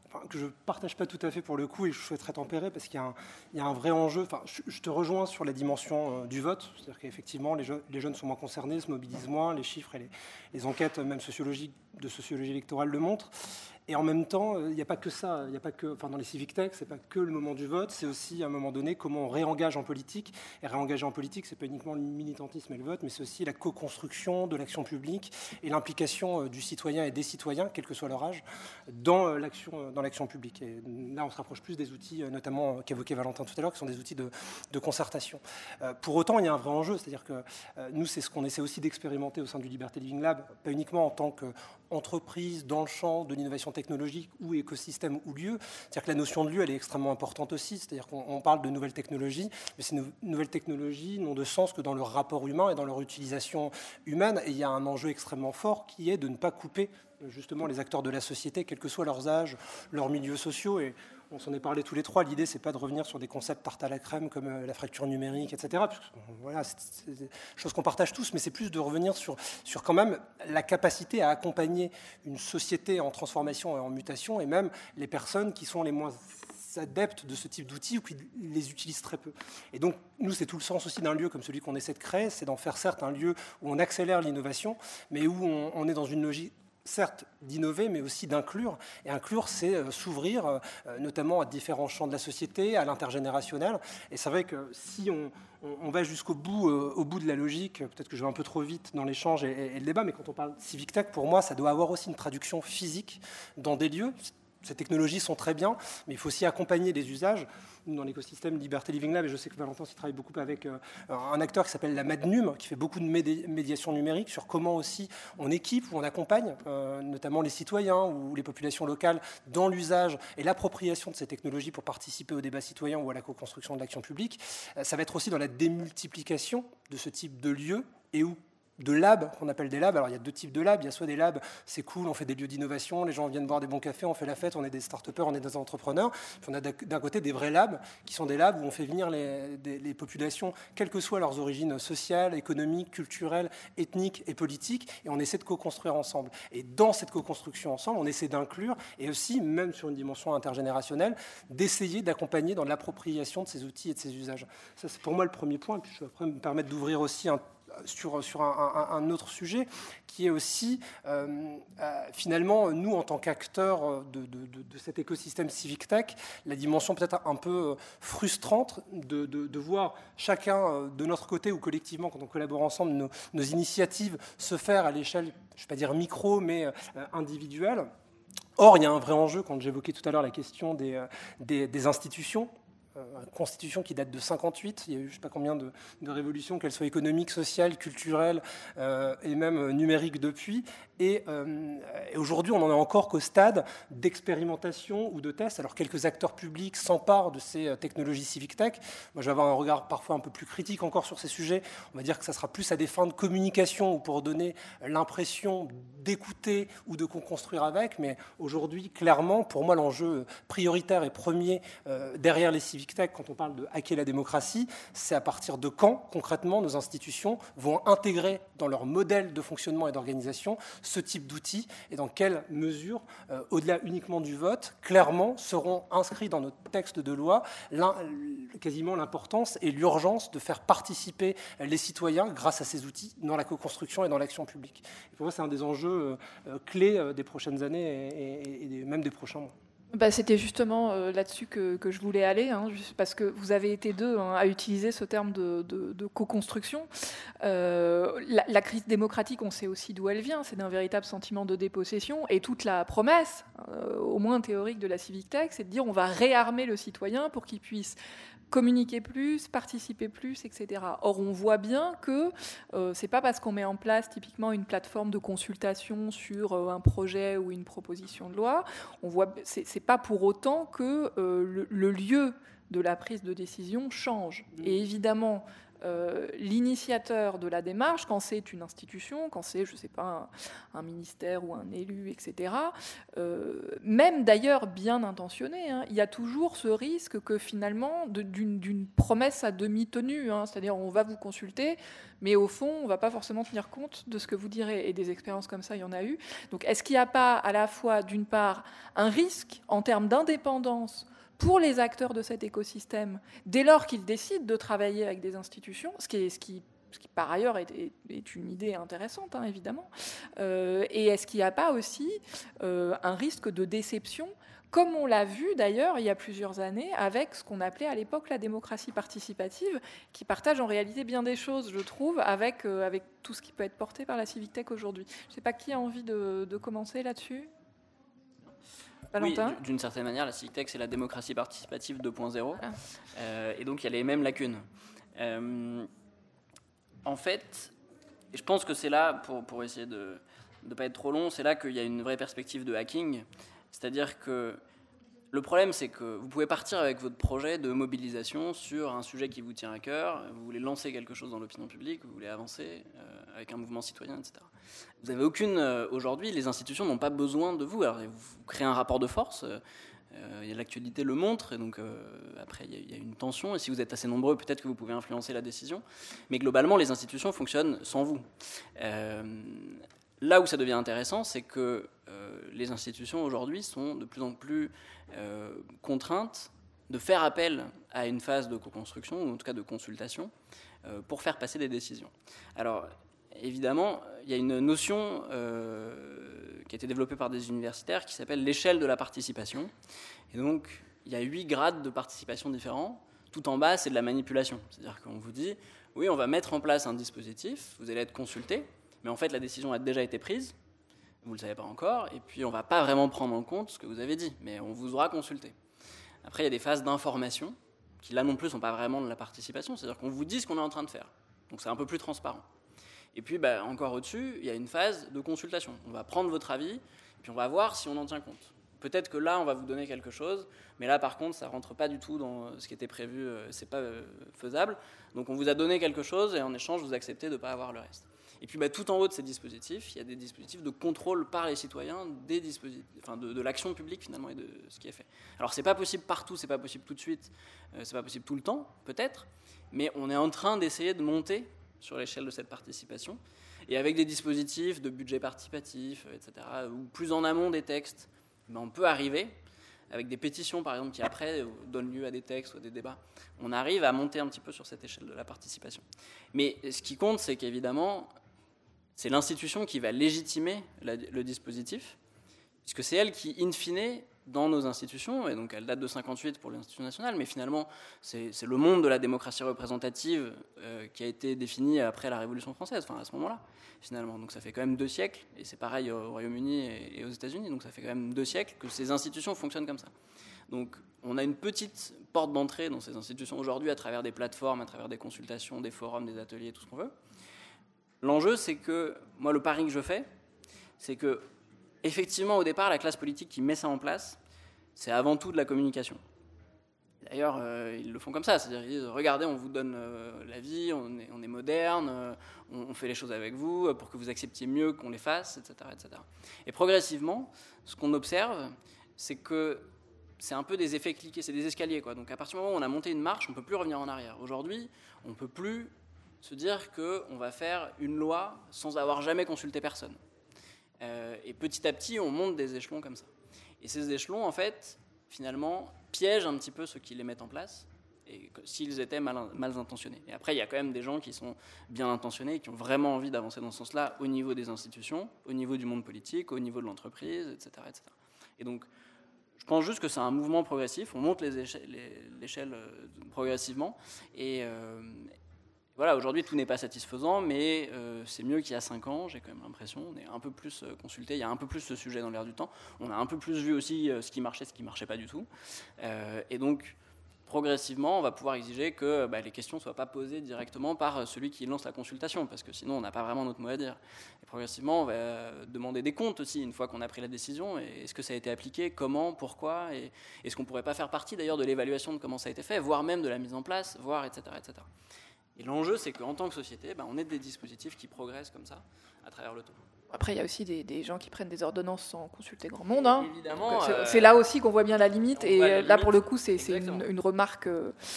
que je ne partage pas tout à fait pour le coup, et je souhaiterais tempérer, parce qu'il y a un vrai enjeu. Enfin, je te rejoins sur la dimension du vote, c'est-à-dire qu'effectivement, les jeunes sont moins concernés, se mobilisent moins, les chiffres et les enquêtes, même sociologiques, de sociologie électorale le montrent. Et en même temps, il n'y a pas que ça. Il n'y a pas que, dans les civic tech, c'est pas que le moment du vote, c'est aussi à un moment donné comment on réengage en politique. Et réengager en politique, c'est pas uniquement le militantisme et le vote, mais c'est aussi la co-construction de l'action publique et l'implication du citoyen et des citoyens, quel que soit leur âge, dans l'action publique. Et là, on se rapproche plus des outils, notamment qu'évoquait Valentin tout à l'heure, qui sont des outils de concertation. Pour autant, il y a un vrai enjeu, c'est-à-dire que nous, c'est ce qu'on essaie aussi d'expérimenter au sein du Liberté Living Lab, pas uniquement en tant qu'entreprise dans le champ de l'innovation technologique ou écosystème ou lieu. C'est-à-dire que la notion de lieu, elle est extrêmement importante aussi. C'est-à-dire qu'on parle de nouvelles technologies, mais ces nouvelles technologies n'ont de sens que dans leur rapport humain et dans leur utilisation humaine. Et il y a un enjeu extrêmement fort qui est de ne pas couper justement les acteurs de la société, quels que soient leurs âges, leurs milieux sociaux. Et on s'en est parlé tous les trois. L'idée, c'est pas de revenir sur des concepts tarte à la crème comme la fracture numérique, etc. Voilà, c'est des choses qu'on partage tous, mais c'est plus de revenir sur quand même la capacité à accompagner une société en transformation et en mutation, et même les personnes qui sont les moins adeptes de ce type d'outils ou qui les utilisent très peu. Et donc, nous, c'est tout le sens aussi d'un lieu comme celui qu'on essaie de créer, c'est d'en faire certes un lieu où on accélère l'innovation, mais où on est dans une logique certes d'innover, mais aussi d'inclure. Et inclure, c'est s'ouvrir notamment à différents champs de la société, à l'intergénérationnel. Et c'est vrai que si on va jusqu'au bout, au bout de la logique, peut-être que je vais un peu trop vite dans l'échange et le débat, mais quand on parle civic tech, pour moi, ça doit avoir aussi une traduction physique dans des lieux. Ces technologies sont très bien, mais il faut aussi accompagner les usages. Dans l'écosystème Liberté Living Lab, et je sais que Valentin s'y travaille beaucoup avec un acteur qui s'appelle la Madnum, qui fait beaucoup de médiation numérique sur comment aussi on équipe ou on accompagne notamment les citoyens ou les populations locales dans l'usage et l'appropriation de ces technologies pour participer au débat citoyen ou à la co-construction de l'action publique. Ça va être aussi dans la démultiplication de ce type de lieux et où de labs, qu'on appelle des labs. Alors, il y a deux types de labs. Il y a soit des labs, c'est cool, on fait des lieux d'innovation, les gens viennent boire des bons cafés, on fait la fête, on est des start-upers, on est des entrepreneurs. Puis on a d'un côté des vrais labs, qui sont des labs où on fait venir les populations, quelles que soient leurs origines sociales, économiques, culturelles, ethniques et politiques, et on essaie de co-construire ensemble. Et dans cette co-construction ensemble, on essaie d'inclure, et aussi, même sur une dimension intergénérationnelle, d'essayer d'accompagner dans l'appropriation de ces outils et de ces usages. Ça, c'est pour moi le premier point, et puis je vais après me permettre d'ouvrir aussi sur un autre sujet qui est aussi finalement nous en tant qu'acteurs de cet écosystème civic tech, la dimension peut-être un peu frustrante de voir chacun de notre côté ou collectivement quand on collabore ensemble nos initiatives se faire à l'échelle, je ne vais pas dire micro mais individuelle. Or il y a un vrai enjeu quand j'évoquais tout à l'heure la question des institutions. Constitution qui date de 58, il y a eu je ne sais pas combien de révolutions, qu'elles soient économiques, sociales, culturelles et même numériques depuis. Et aujourd'hui, on n'en est encore qu'au stade d'expérimentation ou de test. Alors, quelques acteurs publics s'emparent de ces technologies civic tech. Moi, je vais avoir un regard parfois un peu plus critique encore sur ces sujets. On va dire que ça sera plus à des fins de communication ou pour donner l'impression d'écouter ou de construire avec. Mais aujourd'hui, clairement, pour moi, l'enjeu prioritaire et premier derrière les civic tech, quand on parle de hacker la démocratie, c'est à partir de quand, concrètement, nos institutions vont intégrer dans leur modèle de fonctionnement et d'organisation ce type d'outils et dans quelle mesure, au-delà uniquement du vote, clairement seront inscrits dans notre texte de loi quasiment l'importance et l'urgence de faire participer les citoyens grâce à ces outils dans la co-construction et dans l'action publique. Et pour moi, c'est un des enjeux clés des prochaines années et même des prochains mois. C'était justement là-dessus que je voulais aller, parce que vous avez été deux à utiliser ce terme de co-construction. La crise démocratique, on sait aussi d'où elle vient, c'est d'un véritable sentiment de dépossession, et toute la promesse, au moins théorique, de la civic tech, c'est de dire on va réarmer le citoyen pour qu'il puisse communiquer plus, participer plus, etc. Or, on voit bien que c'est pas parce qu'on met en place typiquement une plateforme de consultation sur un projet ou une proposition de loi, on voit, c'est pas pour autant que le lieu de la prise de décision change. Et évidemment, l'initiateur de la démarche, quand c'est une institution, quand c'est, je ne sais pas, un ministère ou un élu, etc., même d'ailleurs bien intentionné, il y a toujours ce risque que finalement, d'une promesse à demi tenue, c'est-à-dire on va vous consulter, mais au fond, on ne va pas forcément tenir compte de ce que vous direz. Et des expériences comme ça, il y en a eu. Donc est-ce qu'il n'y a pas à la fois, d'une part, un risque en termes d'indépendance pour les acteurs de cet écosystème, dès lors qu'ils décident de travailler avec des institutions, ce qui par ailleurs est une idée intéressante, évidemment, et est-ce qu'il n'y a pas aussi un risque de déception, comme on l'a vu d'ailleurs il y a plusieurs années avec ce qu'on appelait à l'époque la démocratie participative, qui partage en réalité bien des choses, je trouve, avec tout ce qui peut être porté par la Civic Tech aujourd'hui. Je ne sais pas qui a envie de commencer là-dessus. Valentin ? Oui, d'une certaine manière, la Civic Tech, c'est la démocratie participative 2.0. Et donc, il y a les mêmes lacunes. En fait, et je pense que c'est là, pour essayer de ne pas être trop long, c'est là qu'il y a une vraie perspective de hacking. C'est-à-dire que le problème, c'est que vous pouvez partir avec votre projet de mobilisation sur un sujet qui vous tient à cœur, vous voulez lancer quelque chose dans l'opinion publique, vous voulez avancer avec un mouvement citoyen, etc. Vous n'avez aucune... aujourd'hui, les institutions n'ont pas besoin de vous. Alors, vous créez un rapport de force, l'actualité le montre, et donc après, il y a une tension, et si vous êtes assez nombreux, peut-être que vous pouvez influencer la décision. Mais globalement, les institutions fonctionnent sans vous. Là où ça devient intéressant, c'est que les institutions aujourd'hui sont de plus en plus contraintes de faire appel à une phase de co-construction, ou en tout cas de consultation, pour faire passer des décisions. Alors, évidemment, il y a une notion qui a été développée par des universitaires qui s'appelle l'échelle de la participation. Et donc, il y a 8 grades de participation différents. Tout en bas, c'est de la manipulation. C'est-à-dire qu'on vous dit, oui, on va mettre en place un dispositif, vous allez être consulté, mais en fait, la décision a déjà été prise, vous ne le savez pas encore, et puis on ne va pas vraiment prendre en compte ce que vous avez dit, mais on vous aura consulté. Après, il y a des phases d'information, qui là non plus ne sont pas vraiment de la participation, c'est-à-dire qu'on vous dit ce qu'on est en train de faire. Donc c'est un peu plus transparent. Et puis, encore au-dessus, il y a une phase de consultation. On va prendre votre avis, et puis on va voir si on en tient compte. Peut-être que là, on va vous donner quelque chose, mais là, par contre, ça ne rentre pas du tout dans ce qui était prévu, ce n'est pas faisable. Donc on vous a donné quelque chose, et en échange, vous acceptez de ne pas avoir le reste. Et puis tout en haut de ces dispositifs, il y a des dispositifs de contrôle par les citoyens de l'action publique finalement et de ce qui est fait. Alors c'est pas possible partout, c'est pas possible tout de suite, c'est pas possible tout le temps peut-être, mais on est en train d'essayer de monter sur l'échelle de cette participation et avec des dispositifs de budget participatif, etc. ou plus en amont des textes, on peut arriver avec des pétitions par exemple qui après donnent lieu à des textes ou à des débats. On arrive à monter un petit peu sur cette échelle de la participation. Mais ce qui compte, c'est qu'évidemment c'est l'institution qui va légitimer le dispositif, puisque c'est elle qui, in fine, dans nos institutions, et donc elle date de 58 pour l'Institut national, mais finalement, c'est le monde de la démocratie représentative qui a été défini après la Révolution française, à ce moment-là, finalement. Donc ça fait quand même 2 siècles, et c'est pareil au Royaume-Uni et aux États-Unis, donc ça fait quand même 2 siècles que ces institutions fonctionnent comme ça. Donc on a une petite porte d'entrée dans ces institutions aujourd'hui à travers des plateformes, à travers des consultations, des forums, des ateliers, tout ce qu'on veut. L'enjeu, c'est que, moi, le pari que je fais, c'est que, effectivement, au départ, la classe politique qui met ça en place, c'est avant tout de la communication. D'ailleurs, ils le font comme ça, c'est-à-dire, ils disent, regardez, on vous donne la vie, on est moderne, on fait les choses avec vous pour que vous acceptiez mieux qu'on les fasse, etc., etc. Et progressivement, ce qu'on observe, c'est que c'est un peu des effets cliqués, c'est des escaliers, quoi. Donc, à partir du moment où on a monté une marche, on ne peut plus revenir en arrière. Aujourd'hui, on ne peut plus se dire qu'on va faire une loi sans avoir jamais consulté personne. Et petit à petit, on monte des échelons comme ça. Et ces échelons, en fait, finalement, piègent un petit peu ceux qui les mettent en place, et s'ils étaient mal intentionnés. Et après, il y a quand même des gens qui sont bien intentionnés et qui ont vraiment envie d'avancer dans ce sens-là au niveau des institutions, au niveau du monde politique, au niveau de l'entreprise, etc., etc. Et donc, je pense juste que c'est un mouvement progressif, on monte l'échelle progressivement, et voilà, aujourd'hui, tout n'est pas satisfaisant, mais c'est mieux qu'il y a 5 ans, j'ai quand même l'impression. On est un peu plus consulté, il y a un peu plus ce sujet dans l'air du temps. On a un peu plus vu aussi ce qui marchait, ce qui ne marchait pas du tout. Et donc, progressivement, on va pouvoir exiger que les questions ne soient pas posées directement par celui qui lance la consultation, parce que sinon, on n'a pas vraiment notre mot à dire. Et progressivement, on va demander des comptes aussi, une fois qu'on a pris la décision. Et est-ce que ça a été appliqué, comment, pourquoi, et est-ce qu'on ne pourrait pas faire partie d'ailleurs de l'évaluation de comment ça a été fait, voire même de la mise en place, voire etc., etc. Et l'enjeu, c'est qu'en tant que société, on ait des dispositifs qui progressent comme ça à travers le temps. Après, il y a aussi des gens qui prennent des ordonnances sans consulter grand monde. Hein. Évidemment. C'est là aussi qu'on voit bien la limite. Et là, limite. pour le coup, c'est une remarque.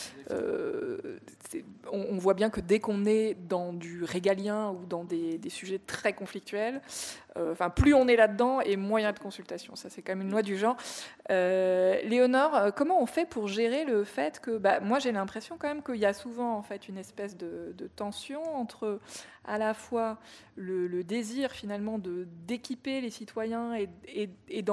On voit bien que dès qu'on est dans du régalien ou dans des sujets très conflictuels, plus on est là-dedans et moins il y a de consultation. Ça, c'est quand même une loi du genre. Léonore, comment on fait pour gérer le fait que... moi, j'ai l'impression quand même qu'il y a souvent en fait, une espèce de tension entre à la fois le désir finalement d'équiper les citoyens et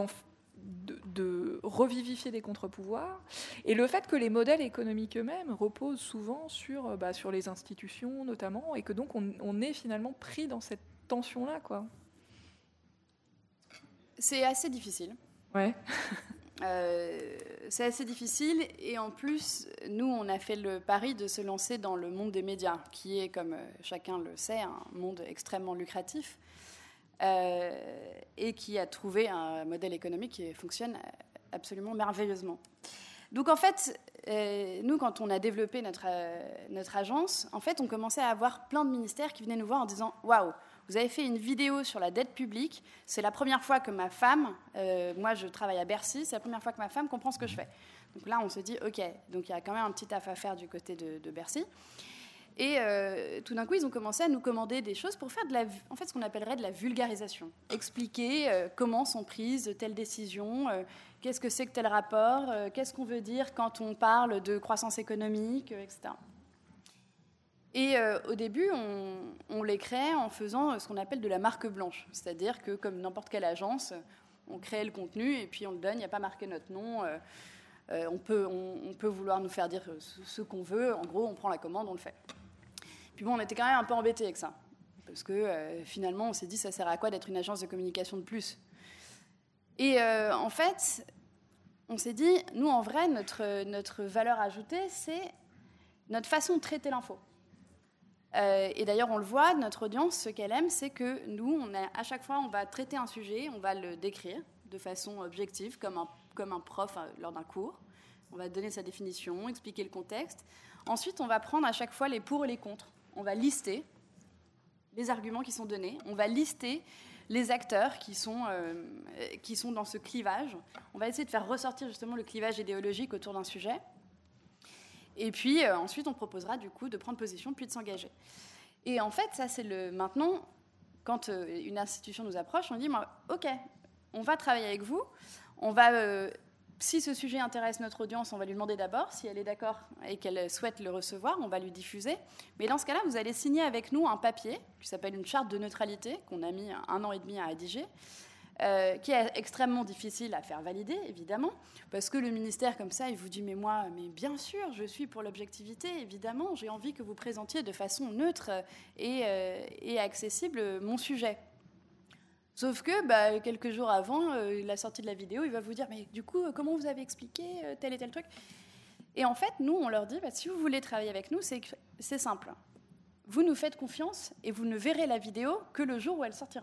de revivifier des contre-pouvoirs, et le fait que les modèles économiques eux-mêmes reposent souvent sur les institutions notamment, et que donc on est finalement pris dans cette tension-là, quoi. C'est assez difficile. Ouais. C'est assez difficile, et en plus, nous, on a fait le pari de se lancer dans le monde des médias, qui est, comme chacun le sait, un monde extrêmement lucratif, et qui a trouvé un modèle économique qui fonctionne absolument merveilleusement. Donc en fait, nous, quand on a développé notre agence, en fait, on commençait à avoir plein de ministères qui venaient nous voir en disant « Waouh, vous avez fait une vidéo sur la dette publique, c'est la première fois que ma femme, moi je travaille à Bercy, c'est la première fois que ma femme comprend ce que je fais. » Donc là, on se dit « Ok, donc il y a quand même un petit taf à faire du côté de Bercy. » Et tout d'un coup, ils ont commencé à nous commander des choses pour faire ce qu'on appellerait de la vulgarisation. Expliquer comment sont prises telles décisions, qu'est-ce que c'est que tel rapport, qu'est-ce qu'on veut dire quand on parle de croissance économique, etc. Et au début, on les créait en faisant ce qu'on appelle de la marque blanche. C'est-à-dire que, comme n'importe quelle agence, on créait le contenu et puis on le donne, il n'y a pas marqué notre nom. On peut vouloir nous faire dire ce qu'on veut. En gros, on prend la commande, on le fait. Puis bon, on était quand même un peu embêtés avec ça. Parce que finalement, on s'est dit, ça sert à quoi d'être une agence de communication de plus ? Et en fait, on s'est dit, nous, en vrai, notre valeur ajoutée, c'est notre façon de traiter l'info. Et d'ailleurs, on le voit, notre audience, ce qu'elle aime, c'est que nous, à chaque fois, on va traiter un sujet, on va le décrire de façon objective, comme un prof lors d'un cours. On va donner sa définition, expliquer le contexte. Ensuite, on va prendre à chaque fois les pour et les contre. On va lister les arguments qui sont donnés. On va lister les acteurs qui sont dans ce clivage. On va essayer de faire ressortir justement le clivage idéologique autour d'un sujet. Et puis ensuite, on proposera du coup de prendre position puis de s'engager. Et en fait, ça c'est maintenant, quand une institution nous approche, on dit ok, on va travailler avec vous. On va si ce sujet intéresse notre audience, on va lui demander d'abord. Si elle est d'accord et qu'elle souhaite le recevoir, on va lui diffuser. Mais dans ce cas-là, vous allez signer avec nous un papier qui s'appelle une charte de neutralité qu'on a mis 1 an et demi à rédiger. Qui est extrêmement difficile à faire valider, évidemment, parce que le ministère, comme ça, il vous dit « mais bien sûr, je suis pour l'objectivité, évidemment, j'ai envie que vous présentiez de façon neutre et accessible mon sujet ». Sauf que, quelques jours avant la sortie de la vidéo, il va vous dire « mais du coup, comment vous avez expliqué tel et tel truc ?» Et en fait, nous, on leur dit « si vous voulez travailler avec nous, c'est simple. Vous nous faites confiance et vous ne verrez la vidéo que le jour où elle sortira. »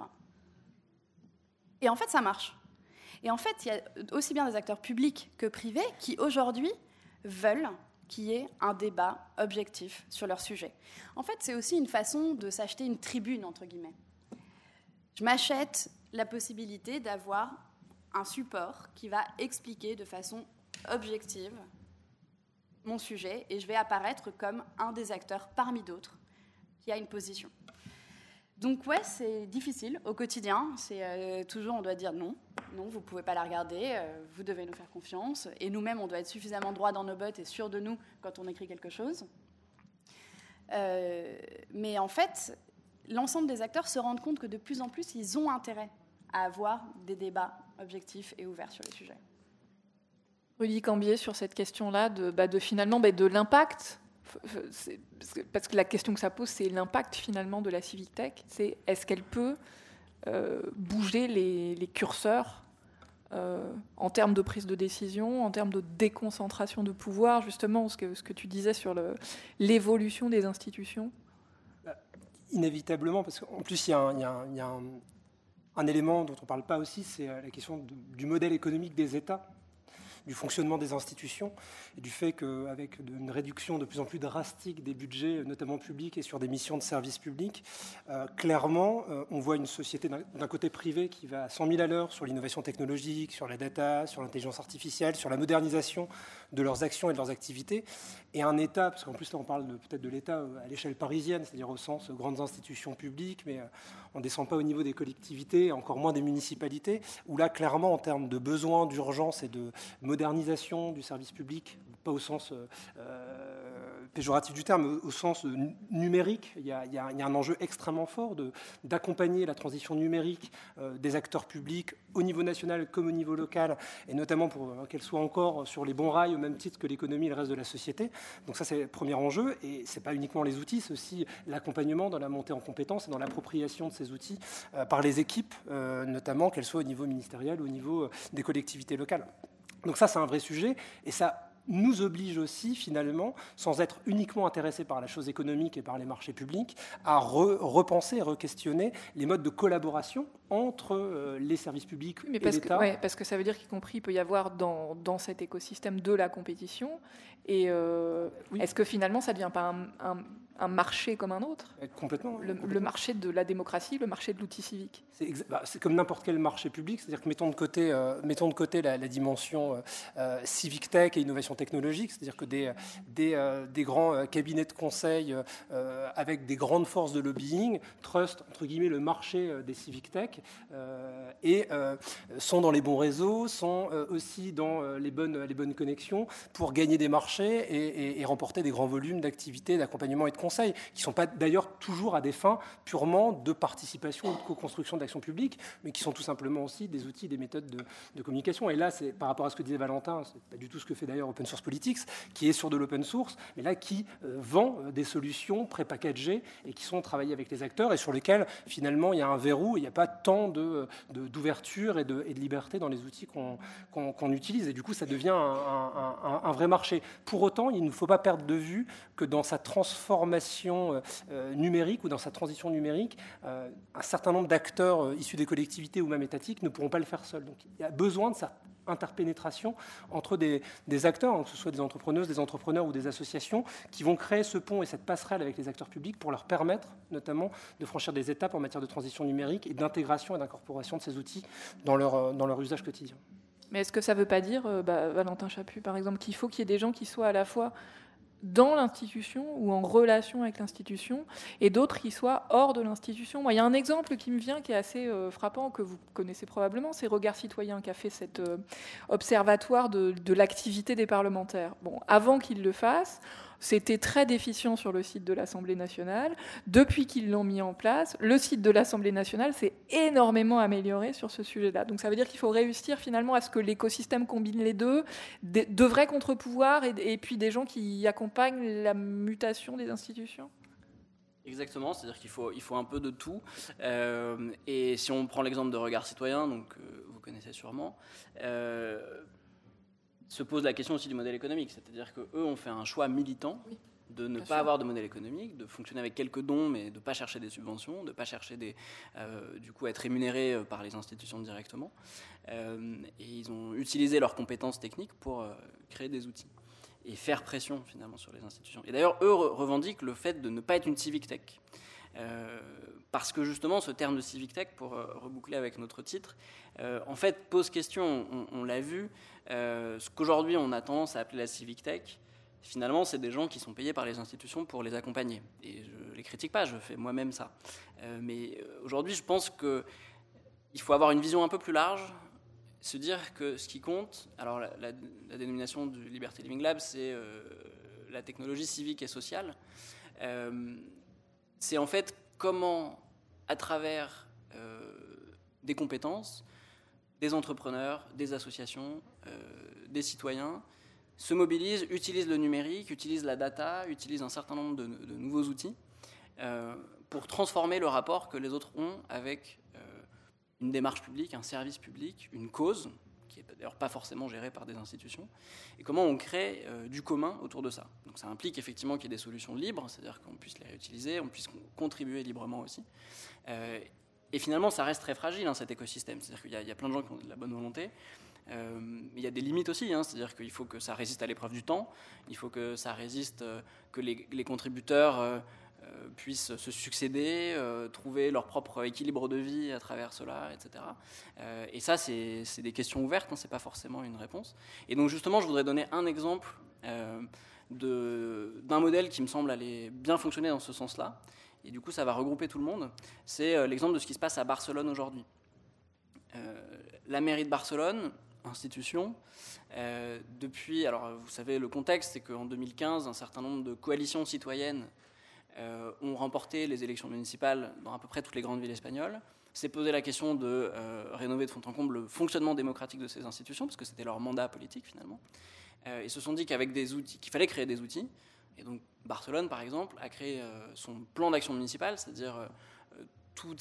Et en fait, ça marche. Et en fait, il y a aussi bien des acteurs publics que privés qui, aujourd'hui, veulent qu'il y ait un débat objectif sur leur sujet. En fait, c'est aussi une façon de s'acheter une tribune, entre guillemets. Je m'achète la possibilité d'avoir un support qui va expliquer de façon objective mon sujet, et je vais apparaître comme un des acteurs parmi d'autres qui a une position. Donc ouais, c'est difficile au quotidien. C'est toujours, on doit dire non, vous ne pouvez pas la regarder, vous devez nous faire confiance. Et nous-mêmes, on doit être suffisamment droit dans nos bottes et sûr de nous quand on écrit quelque chose. Mais en fait, l'ensemble des acteurs se rendent compte que de plus en plus, ils ont intérêt à avoir des débats objectifs et ouverts sur les sujets. Rudy Cambier, sur cette question-là de l'impact. Parce que la question que ça pose, c'est l'impact finalement de la civic tech. C'est est-ce qu'elle peut bouger les curseurs en termes de prise de décision, en termes de déconcentration de pouvoir, justement, ce que tu disais sur l'évolution des institutions. Inévitablement, parce qu'en plus, il y a un élément dont on ne parle pas aussi, c'est la question du modèle économique des États. du fonctionnement des institutions et du fait qu'avec une réduction de plus en plus drastique des budgets, notamment publics et sur des missions de service public, clairement, on voit une société d'un côté privé qui va à 100 000 à l'heure sur l'innovation technologique, sur la data, sur l'intelligence artificielle, sur la modernisation de leurs actions et de leurs activités, et un État, parce qu'en plus là on parle peut-être de l'État à l'échelle parisienne, c'est-à-dire au sens grandes institutions publiques, mais on ne descend pas au niveau des collectivités, encore moins des municipalités, où là clairement en termes de besoins, d'urgence et de modernisation du service public, pas au sens péjoratif du terme, au sens numérique, il y a un enjeu extrêmement fort d'accompagner la transition numérique des acteurs publics au niveau national comme au niveau local, et notamment pour qu'elle soit encore sur les bons rails au même titre que l'économie et le reste de la société. Donc ça, c'est le premier enjeu, et ce n'est pas uniquement les outils, c'est aussi l'accompagnement dans la montée en compétences et dans l'appropriation de ces outils par les équipes, notamment qu'elles soient au niveau ministériel ou au niveau des collectivités locales. Donc ça, c'est un vrai sujet, et ça nous oblige aussi, finalement, sans être uniquement intéressés par la chose économique et par les marchés publics, à repenser et re-questionner les modes de collaboration entre les services publics et l'État. Parce que ça veut dire qu'y compris, il peut y avoir dans cet écosystème de la compétition. Et oui. Est-ce que finalement, ça ne devient pas un marché comme un autre ? Complètement. Le marché de la démocratie, le marché de l'outil civique. C'est comme n'importe quel marché public, c'est-à-dire que mettons de côté la dimension civic tech et innovation technologique, c'est-à-dire que des grands cabinets de conseil avec des grandes forces de lobbying trustent, entre guillemets, le marché des civic tech et sont dans les bons réseaux, sont aussi dans les bonnes connexions pour gagner des marchés et remporter des grands volumes d'activités, d'accompagnement et de conseils, qui ne sont pas d'ailleurs toujours à des fins purement de participation ou de co-construction d'action publique, mais qui sont tout simplement aussi des outils, des méthodes de communication. Et là, c'est par rapport à ce que disait Valentin, c'est pas du tout ce que fait d'ailleurs Open Source Politics, qui est sur de l'open source, mais là qui vend des solutions pré-packagées et qui sont travaillées avec les acteurs et sur lesquels finalement il y a un verrou, il n'y a pas tant d'ouverture et de liberté dans les outils qu'on utilise. Et du coup, ça devient un vrai marché. Pour autant, il ne faut pas perdre de vue que dans sa transformation numérique ou dans sa transition numérique, un certain nombre d'acteurs issus des collectivités ou même étatiques ne pourront pas le faire seuls. Donc il y a besoin de cette interpénétration entre des acteurs, que ce soit des entrepreneuses, des entrepreneurs ou des associations, qui vont créer ce pont et cette passerelle avec les acteurs publics pour leur permettre notamment de franchir des étapes en matière de transition numérique et d'intégration et d'incorporation de ces outils dans leur usage quotidien. Mais est-ce que ça ne veut pas dire, Valentin Chaput par exemple, qu'il faut qu'il y ait des gens qui soient à la fois dans l'institution ou en relation avec l'institution, et d'autres qui soient hors de l'institution. Moi, il y a un exemple qui me vient qui est assez frappant, que vous connaissez probablement, c'est Regard Citoyen, qui a fait cet observatoire de l'activité des parlementaires. Bon, avant qu'il le fasse, c'était très déficient sur le site de l'Assemblée nationale. Depuis qu'ils l'ont mis en place, le site de l'Assemblée nationale s'est énormément amélioré sur ce sujet-là. Donc ça veut dire qu'il faut réussir finalement à ce que l'écosystème combine les deux, de vrais contre-pouvoirs et puis des gens qui accompagnent la mutation des institutions. Exactement, c'est-à-dire qu'il faut un peu de tout. Et si on prend l'exemple de Regard Citoyen, donc vous connaissez sûrement, se pose la question aussi du modèle économique, c'est-à-dire qu'eux ont fait un choix militant de ne pas avoir de modèle économique, de fonctionner avec quelques dons, mais de ne pas chercher des subventions, de ne pas chercher du coup être rémunérés par les institutions directement. Et ils ont utilisé leurs compétences techniques pour créer des outils et faire pression finalement sur les institutions. Et d'ailleurs, eux revendiquent le fait de ne pas être une civic tech. Parce que justement, ce terme de civic tech, pour reboucler avec notre titre, en fait pose question, on l'a vu, ce qu'aujourd'hui on a tendance à appeler la civic tech, finalement c'est des gens qui sont payés par les institutions pour les accompagner. Et je ne les critique pas, je fais moi-même ça. Mais aujourd'hui je pense qu'il faut avoir une vision un peu plus large, se dire que ce qui compte, alors la dénomination du Liberty Living Lab, c'est la technologie civique et sociale. C'est en fait comment, à travers des compétences, des entrepreneurs, des associations, des citoyens, se mobilisent, utilisent le numérique, utilisent la data, utilisent un certain nombre de nouveaux outils pour transformer le rapport que les autres ont avec une démarche publique, un service public, une cause, qui n'est d'ailleurs pas forcément gérée par des institutions, et comment on crée du commun autour de ça. Donc ça implique effectivement qu'il y ait des solutions libres, c'est-à-dire qu'on puisse les réutiliser, on puisse contribuer librement aussi. Et finalement, ça reste très fragile, cet écosystème. C'est-à-dire qu'il y a plein de gens qui ont de la bonne volonté, Il y a des limites aussi, c'est-à-dire qu'il faut que ça résiste à l'épreuve du temps, il faut que ça résiste, que les contributeurs puissent se succéder, trouver leur propre équilibre de vie à travers cela, etc. Et ça, c'est des questions ouvertes, c'est pas forcément une réponse. Et donc justement, je voudrais donner un exemple d'un modèle qui me semble aller bien fonctionner dans ce sens-là. Et du coup, ça va regrouper tout le monde. C'est l'exemple de ce qui se passe à Barcelone aujourd'hui. La mairie de Barcelone, institution, depuis... Alors, vous savez, le contexte, c'est qu'en 2015, un certain nombre de coalitions citoyennes ont remporté les élections municipales dans à peu près toutes les grandes villes espagnoles. S'est posé la question de rénover de fond en comble le fonctionnement démocratique de ces institutions, parce que c'était leur mandat politique, finalement. Ils se sont dit qu'avec des outils, qu'il fallait créer des outils. Et donc, Barcelone, par exemple, a créé son plan d'action municipale, c'est-à-dire toutes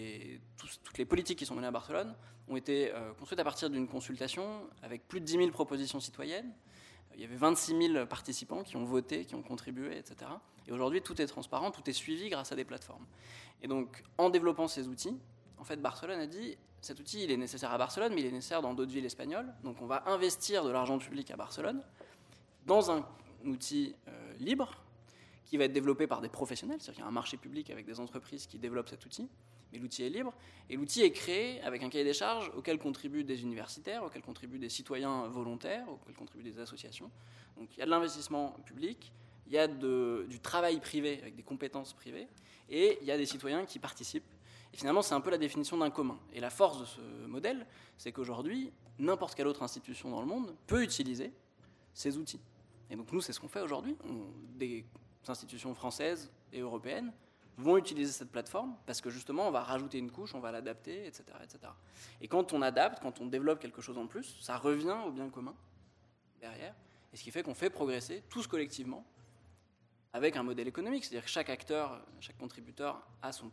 les politiques qui sont menées à Barcelone ont été construites à partir d'une consultation avec plus de 10 000 propositions citoyennes. Il y avait 26 000 participants qui ont voté, qui ont contribué, etc. Et aujourd'hui, tout est transparent, tout est suivi grâce à des plateformes. Et donc, en développant ces outils, en fait, Barcelone a dit, cet outil, il est nécessaire à Barcelone, mais il est nécessaire dans d'autres villes espagnoles. Donc, on va investir de l'argent public à Barcelone dans un outil libre, qui va être développé par des professionnels, c'est-à-dire qu'il y a un marché public avec des entreprises qui développent cet outil, mais l'outil est libre, et l'outil est créé avec un cahier des charges auquel contribuent des universitaires, auquel contribuent des citoyens volontaires, auquel contribuent des associations. Donc il y a de l'investissement public, il y a du travail privé avec des compétences privées, et il y a des citoyens qui participent. Et finalement, c'est un peu la définition d'un commun. Et la force de ce modèle, c'est qu'aujourd'hui, n'importe quelle autre institution dans le monde peut utiliser ces outils. Et donc nous, c'est ce qu'on fait aujourd'hui. Des institutions françaises et européennes vont utiliser cette plateforme parce que justement, on va rajouter une couche, on va l'adapter, etc., etc. Et quand on adapte, quand on développe quelque chose en plus, ça revient au bien commun derrière. Et ce qui fait qu'on fait progresser tous collectivement avec un modèle économique. C'est-à-dire que chaque acteur, chaque contributeur a sa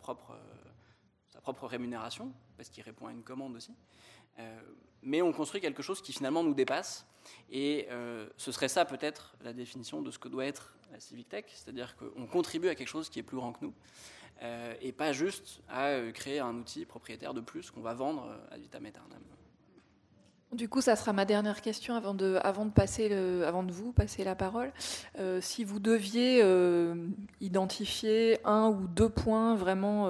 propre rémunération parce qu'il répond à une commande aussi. Mais on construit quelque chose qui finalement nous dépasse. Et ce serait ça peut-être la définition de ce que doit être la Civic Tech, c'est-à-dire qu'on contribue à quelque chose qui est plus grand que nous, et pas juste à créer un outil propriétaire de plus qu'on va vendre ad vitam aeternam. Du coup, ça sera ma dernière question avant de vous passer la parole. Si vous deviez identifier un ou deux points vraiment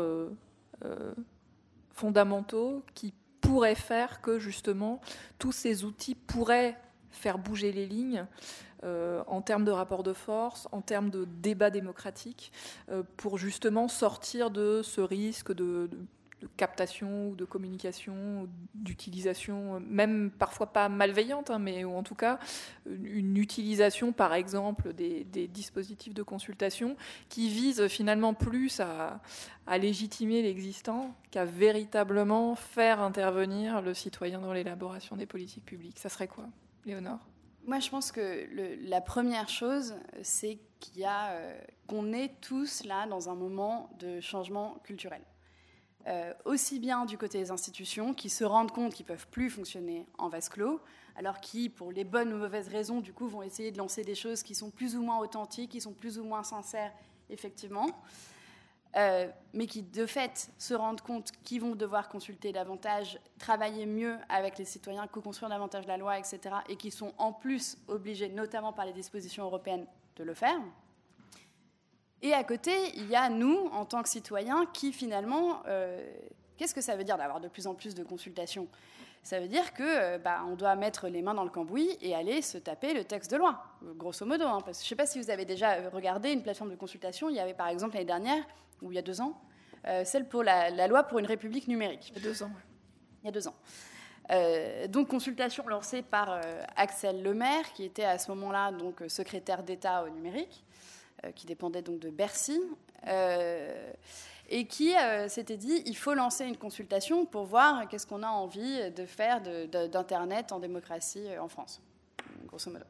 fondamentaux qui pourraient faire que justement tous ces outils pourraient faire bouger les lignes en termes de rapport de force, en termes de débat démocratique, pour justement sortir de ce risque de captation ou de communication, d'utilisation, même parfois pas malveillante, mais en tout cas une utilisation par exemple des dispositifs de consultation qui visent finalement plus à légitimer l'existant qu'à véritablement faire intervenir le citoyen dans l'élaboration des politiques publiques. Ça serait quoi, Léonore ? Moi, je pense que la première chose, c'est qu'on est tous là dans un moment de changement culturel. Aussi bien du côté des institutions qui se rendent compte qu'ils ne peuvent plus fonctionner en vase clos, alors qui, pour les bonnes ou mauvaises raisons, du coup, vont essayer de lancer des choses qui sont plus ou moins authentiques, qui sont plus ou moins sincères, effectivement, mais qui, de fait, se rendent compte qu'ils vont devoir consulter davantage, travailler mieux avec les citoyens, co-construire davantage la loi, etc., et qui sont en plus obligés, notamment par les dispositions européennes, de le faire. Et à côté, il y a nous, en tant que citoyens, qui finalement... qu'est-ce que ça veut dire d'avoir de plus en plus de consultations ? Ça veut dire qu'on doit mettre les mains dans le cambouis et aller se taper le texte de loi, grosso modo. Parce que je ne sais pas si vous avez déjà regardé une plateforme de consultation. Il y avait par exemple l'année dernière, ou il y a 2 ans, celle pour la loi pour une république numérique. Il y a 2 ans. Il y a 2 ans. Donc consultation lancée par Axel Lemaire, qui était à ce moment-là donc secrétaire d'État au numérique, qui dépendait donc de Bercy, et qui s'était dit il faut lancer une consultation pour voir qu'est-ce qu'on a envie de faire d'Internet en démocratie en France, grosso modo.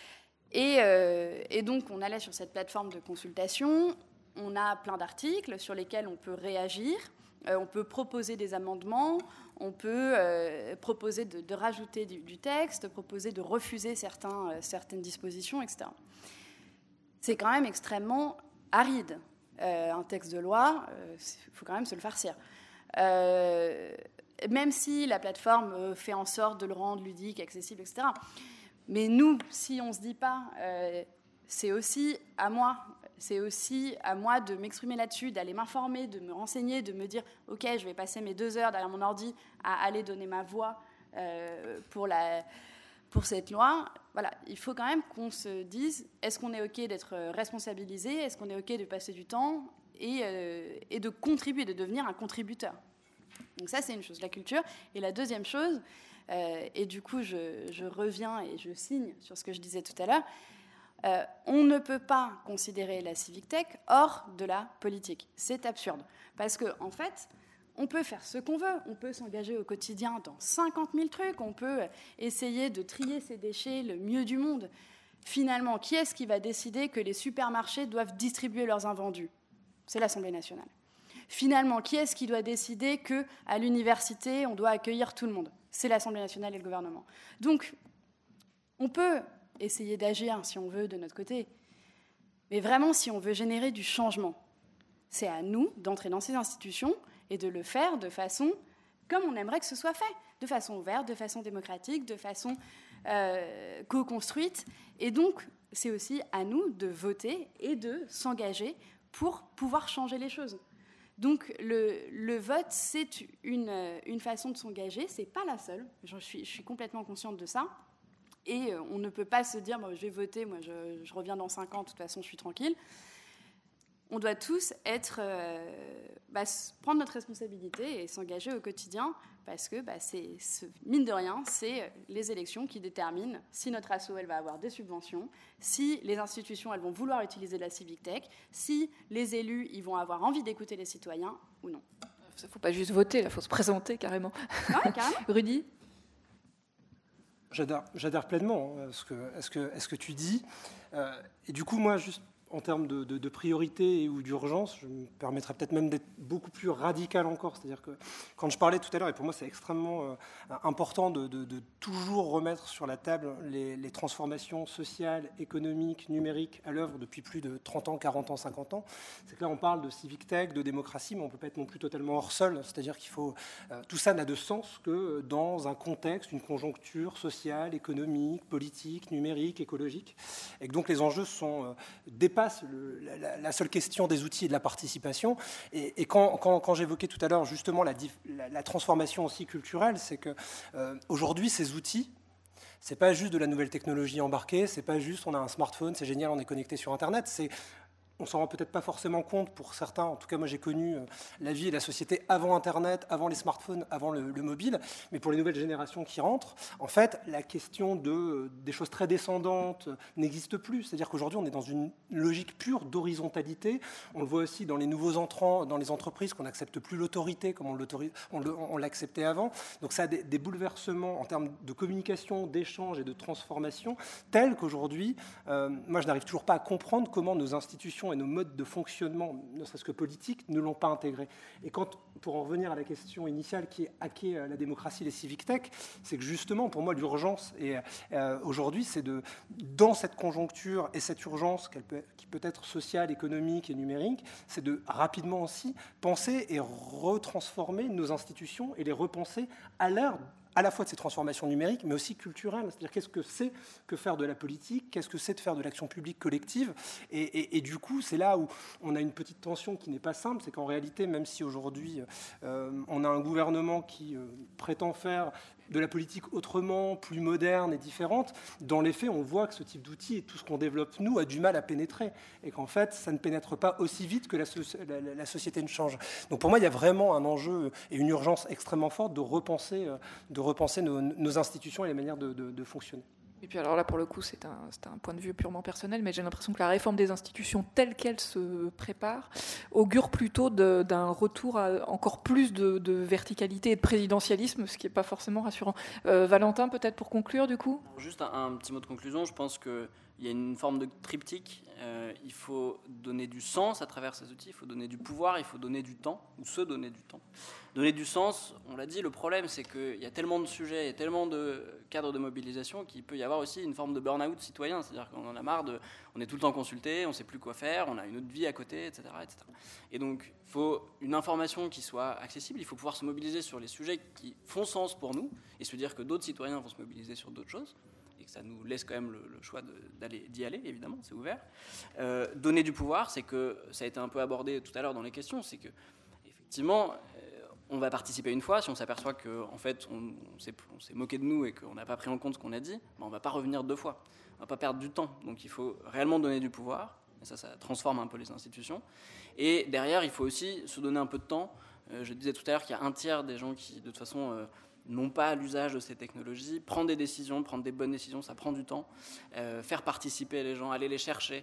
Et donc on allait sur cette plateforme de consultation, on a plein d'articles sur lesquels on peut réagir, on peut proposer des amendements, on peut proposer de rajouter du texte, proposer de refuser certaines dispositions, etc. C'est quand même extrêmement aride. Un texte de loi, il faut quand même se le farcir. même si la plateforme fait en sorte de le rendre ludique, accessible, etc. Mais nous, si on ne se dit pas, c'est aussi à moi de m'exprimer là-dessus, d'aller m'informer, de me renseigner, de me dire « Ok, je vais passer mes 2 heures derrière mon ordi à aller donner ma voix pour cette loi », voilà, il faut quand même qu'on se dise « Est-ce qu'on est OK d'être responsabilisé ? Est-ce qu'on est OK de passer du temps et de contribuer, de devenir un contributeur ?» Donc ça, c'est une chose, la culture. Et la deuxième chose, et du coup, je reviens et je signe sur ce que je disais tout à l'heure, on ne peut pas considérer la civic tech hors de la politique. C'est absurde. Parce qu'en fait, on peut faire ce qu'on veut. On peut s'engager au quotidien dans 50 000 trucs. On peut essayer de trier ses déchets le mieux du monde. Finalement, qui est-ce qui va décider que les supermarchés doivent distribuer leurs invendus ? C'est l'Assemblée nationale. Finalement, qui est-ce qui doit décider qu'à l'université, on doit accueillir tout le monde ? C'est l'Assemblée nationale et le gouvernement. Donc, on peut essayer d'agir, si on veut, de notre côté. Mais vraiment, si on veut générer du changement, c'est à nous d'entrer dans ces institutions et de le faire de façon comme on aimerait que ce soit fait, de façon ouverte, de façon démocratique, de façon co-construite. Et donc, c'est aussi à nous de voter et de s'engager pour pouvoir changer les choses. Donc, le vote, c'est une façon de s'engager. Ce n'est pas la seule. Je suis complètement consciente de ça. Et on ne peut pas se dire je vais voter, moi je reviens dans 5 ans, de toute façon je suis tranquille. On doit tous prendre notre responsabilité et s'engager au quotidien parce que mine de rien, c'est les élections qui déterminent si notre asso elle va avoir des subventions, si les institutions elles vont vouloir utiliser la civic tech, si les élus ils vont avoir envie d'écouter les citoyens ou non. Il ne faut pas juste voter, il faut se présenter carrément. Ouais, carrément. Rudy ? J'adhère pleinement à ce que tu dis. Et du coup, moi, juste en termes de priorité ou d'urgence, je me permettrais peut-être même d'être beaucoup plus radical encore. C'est-à-dire que quand je parlais tout à l'heure, et pour moi c'est extrêmement important de toujours remettre sur la table les transformations sociales, économiques, numériques à l'œuvre depuis plus de 30 ans, 40 ans, 50 ans, c'est que là on parle de civic tech, de démocratie, mais on ne peut pas être non plus totalement hors sol. C'est-à-dire qu'il faut... tout ça n'a de sens que dans un contexte, une conjoncture sociale, économique, politique, numérique, écologique. Et que donc les enjeux dépassent la seule question des outils et de la participation. Et quand j'évoquais tout à l'heure justement la transformation aussi culturelle, c'est que aujourd'hui ces outils, c'est pas juste de la nouvelle technologie embarquée, c'est pas juste on a un smartphone, c'est génial, on est connecté sur Internet, on s'en rend peut-être pas forcément compte pour certains. En tout cas, moi, j'ai connu la vie et la société avant Internet, avant les smartphones, avant le mobile. Mais pour les nouvelles générations qui rentrent, en fait, la question des choses très descendantes n'existe plus. C'est-à-dire qu'aujourd'hui, on est dans une logique pure d'horizontalité. On le voit aussi dans les nouveaux entrants dans les entreprises, qu'on n'accepte plus l'autorité comme on l'acceptait avant. Donc ça a des bouleversements en termes de communication, d'échange et de transformation, tels qu'aujourd'hui, moi, je n'arrive toujours pas à comprendre comment nos institutions et nos modes de fonctionnement, ne serait-ce que politiques, ne l'ont pas intégré. Et pour en revenir à la question initiale qui est hacker la démocratie, les civic tech, c'est que justement, pour moi, l'urgence, aujourd'hui, c'est dans cette conjoncture et cette urgence qui peut être sociale, économique et numérique, c'est de rapidement aussi penser et retransformer nos institutions et les repenser à l'heure à la fois de ces transformations numériques, mais aussi culturelles. C'est-à-dire qu'est-ce que c'est que faire de la politique, qu'est-ce que c'est de faire de l'action publique collective. Et du coup, c'est là où on a une petite tension qui n'est pas simple, c'est qu'en réalité, même si aujourd'hui, on a un gouvernement qui prétend faire de la politique autrement, plus moderne et différente, dans les faits, on voit que ce type d'outil et tout ce qu'on développe, nous, a du mal à pénétrer. Et qu'en fait, ça ne pénètre pas aussi vite que la société ne change. Donc pour moi, il y a vraiment un enjeu et une urgence extrêmement forte de repenser nos institutions et les manières de fonctionner. Et puis alors là, pour le coup, c'est un point de vue purement personnel, mais j'ai l'impression que la réforme des institutions telle qu'elle se prépare augure plutôt d'un retour à encore plus de verticalité et de présidentialisme, ce qui n'est pas forcément rassurant. Valentin, peut-être pour conclure, du coup ? Juste un petit mot de conclusion. Je pense que il y a une forme de triptyque. Il faut donner du sens à travers ces outils, il faut donner du pouvoir, il faut donner du temps, ou se donner du temps. Donner du sens, on l'a dit, le problème c'est qu'il y a tellement de sujets, il y a tellement de cadres de mobilisation qu'il peut y avoir aussi une forme de burn-out citoyen, c'est-à-dire qu'on en a marre, on est tout le temps consulté, on ne sait plus quoi faire, on a une autre vie à côté, etc. etc. Et donc il faut une information qui soit accessible, il faut pouvoir se mobiliser sur les sujets qui font sens pour nous, et se dire que d'autres citoyens vont se mobiliser sur d'autres choses. Ça nous laisse quand même le choix d'y aller, évidemment, c'est ouvert. Donner du pouvoir, c'est que, ça a été un peu abordé tout à l'heure dans les questions, c'est que, effectivement, on va participer une fois, si on s'aperçoit qu'en fait, on s'est moqué de nous et qu'on n'a pas pris en compte ce qu'on a dit, on ne va pas revenir 2 fois, on ne va pas perdre du temps. Donc il faut réellement donner du pouvoir, et ça transforme un peu les institutions. Et derrière, il faut aussi se donner un peu de temps. Je disais tout à l'heure qu'il y a un tiers des gens qui, de toute façon, n'ont pas l'usage de ces technologies. Prendre des décisions, prendre des bonnes décisions, ça prend du temps. Faire participer les gens, aller les chercher,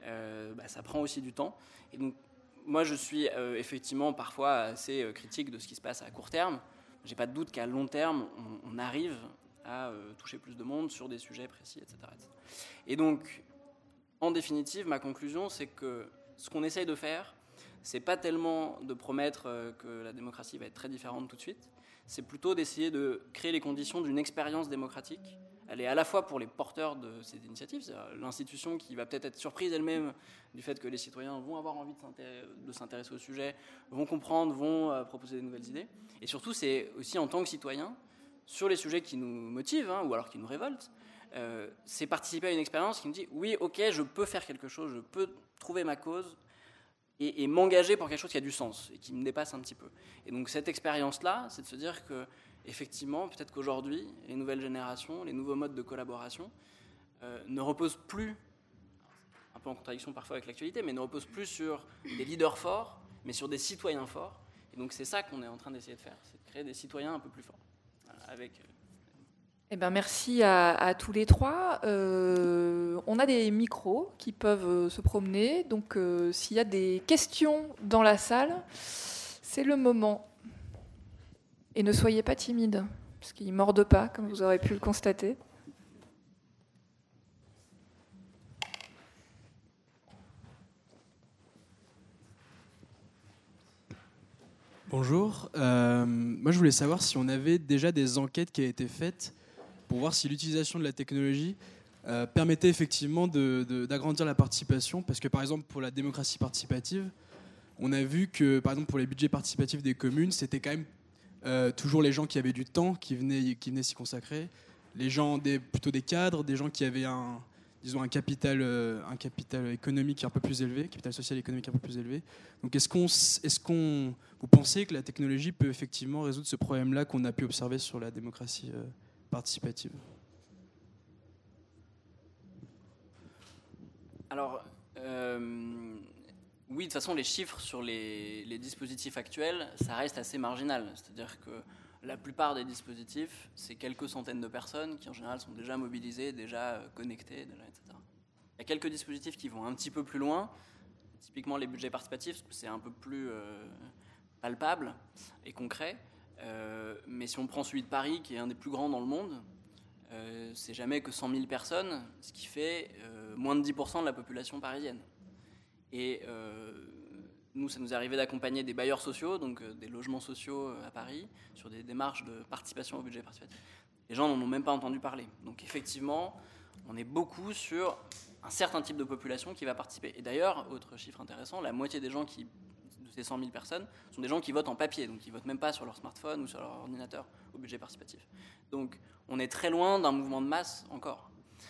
ça prend aussi du temps. Et donc, moi, je suis effectivement parfois assez critique de ce qui se passe à court terme. Je n'ai pas de doute qu'à long terme, on arrive à toucher plus de monde sur des sujets précis, etc. Et donc, en définitive, ma conclusion, c'est que ce qu'on essaye de faire, c'est pas tellement de promettre que la démocratie va être très différente tout de suite, c'est plutôt d'essayer de créer les conditions d'une expérience démocratique. Elle est à la fois pour les porteurs de ces initiatives, c'est-à-dire l'institution qui va peut-être être surprise elle-même du fait que les citoyens vont avoir envie de s'intéresser au sujet, vont comprendre, vont proposer des nouvelles idées. Et surtout, c'est aussi en tant que citoyen, sur les sujets qui nous motivent, ou alors qui nous révoltent, c'est participer à une expérience qui me dit « oui, ok, je peux faire quelque chose, je peux trouver ma cause », et m'engager pour quelque chose qui a du sens et qui me dépasse un petit peu. Et donc cette expérience-là, c'est de se dire que, effectivement, peut-être qu'aujourd'hui, les nouvelles générations, les nouveaux modes de collaboration ne reposent plus, un peu en contradiction parfois avec l'actualité, mais ne reposent plus sur des leaders forts, mais sur des citoyens forts. Et donc c'est ça qu'on est en train d'essayer de faire, c'est de créer des citoyens un peu plus forts. Voilà, avec... Eh ben, merci à tous les trois. On a des micros qui peuvent se promener. Donc, s'il y a des questions dans la salle, c'est le moment. Et ne soyez pas timides, parce qu'ils ne mordent pas, comme vous aurez pu le constater. Bonjour. Moi, je voulais savoir si on avait déjà des enquêtes qui avaient été faites pour voir si l'utilisation de la technologie permettait effectivement d'agrandir la participation. Parce que, par exemple, pour la démocratie participative, on a vu que, par exemple, pour les budgets participatifs des communes, c'était quand même toujours les gens qui avaient du temps qui venaient s'y consacrer, les gens plutôt des cadres, des gens qui avaient un capital économique un peu plus élevé, capital social et économique un peu plus élevé. Donc, vous pensez que la technologie peut effectivement résoudre ce problème-là qu'on a pu observer sur la démocratie participative? Alors, oui, de toute façon, les chiffres sur les dispositifs actuels, ça reste assez marginal. C'est-à-dire que la plupart des dispositifs, c'est quelques centaines de personnes qui, en général, sont déjà mobilisées, déjà connectées, etc. Il y a quelques dispositifs qui vont un petit peu plus loin. Typiquement, les budgets participatifs, c'est un peu plus palpable et concret. Mais si on prend celui de Paris, qui est un des plus grands dans le monde, c'est jamais que 100 000 personnes, ce qui fait moins de 10% de la population parisienne. Et nous, ça nous est arrivé d'accompagner des bailleurs sociaux, donc des logements sociaux à Paris, sur des démarches de participation au budget participatif. Les gens n'en ont même pas entendu parler. Donc effectivement, on est beaucoup sur un certain type de population qui va participer. Et d'ailleurs, autre chiffre intéressant, la moitié des gens de ces 100 000 personnes sont des gens qui votent en papier, donc qui ne votent même pas sur leur smartphone ou sur leur ordinateur au budget participatif. Donc on est très loin d'un mouvement de masse encore.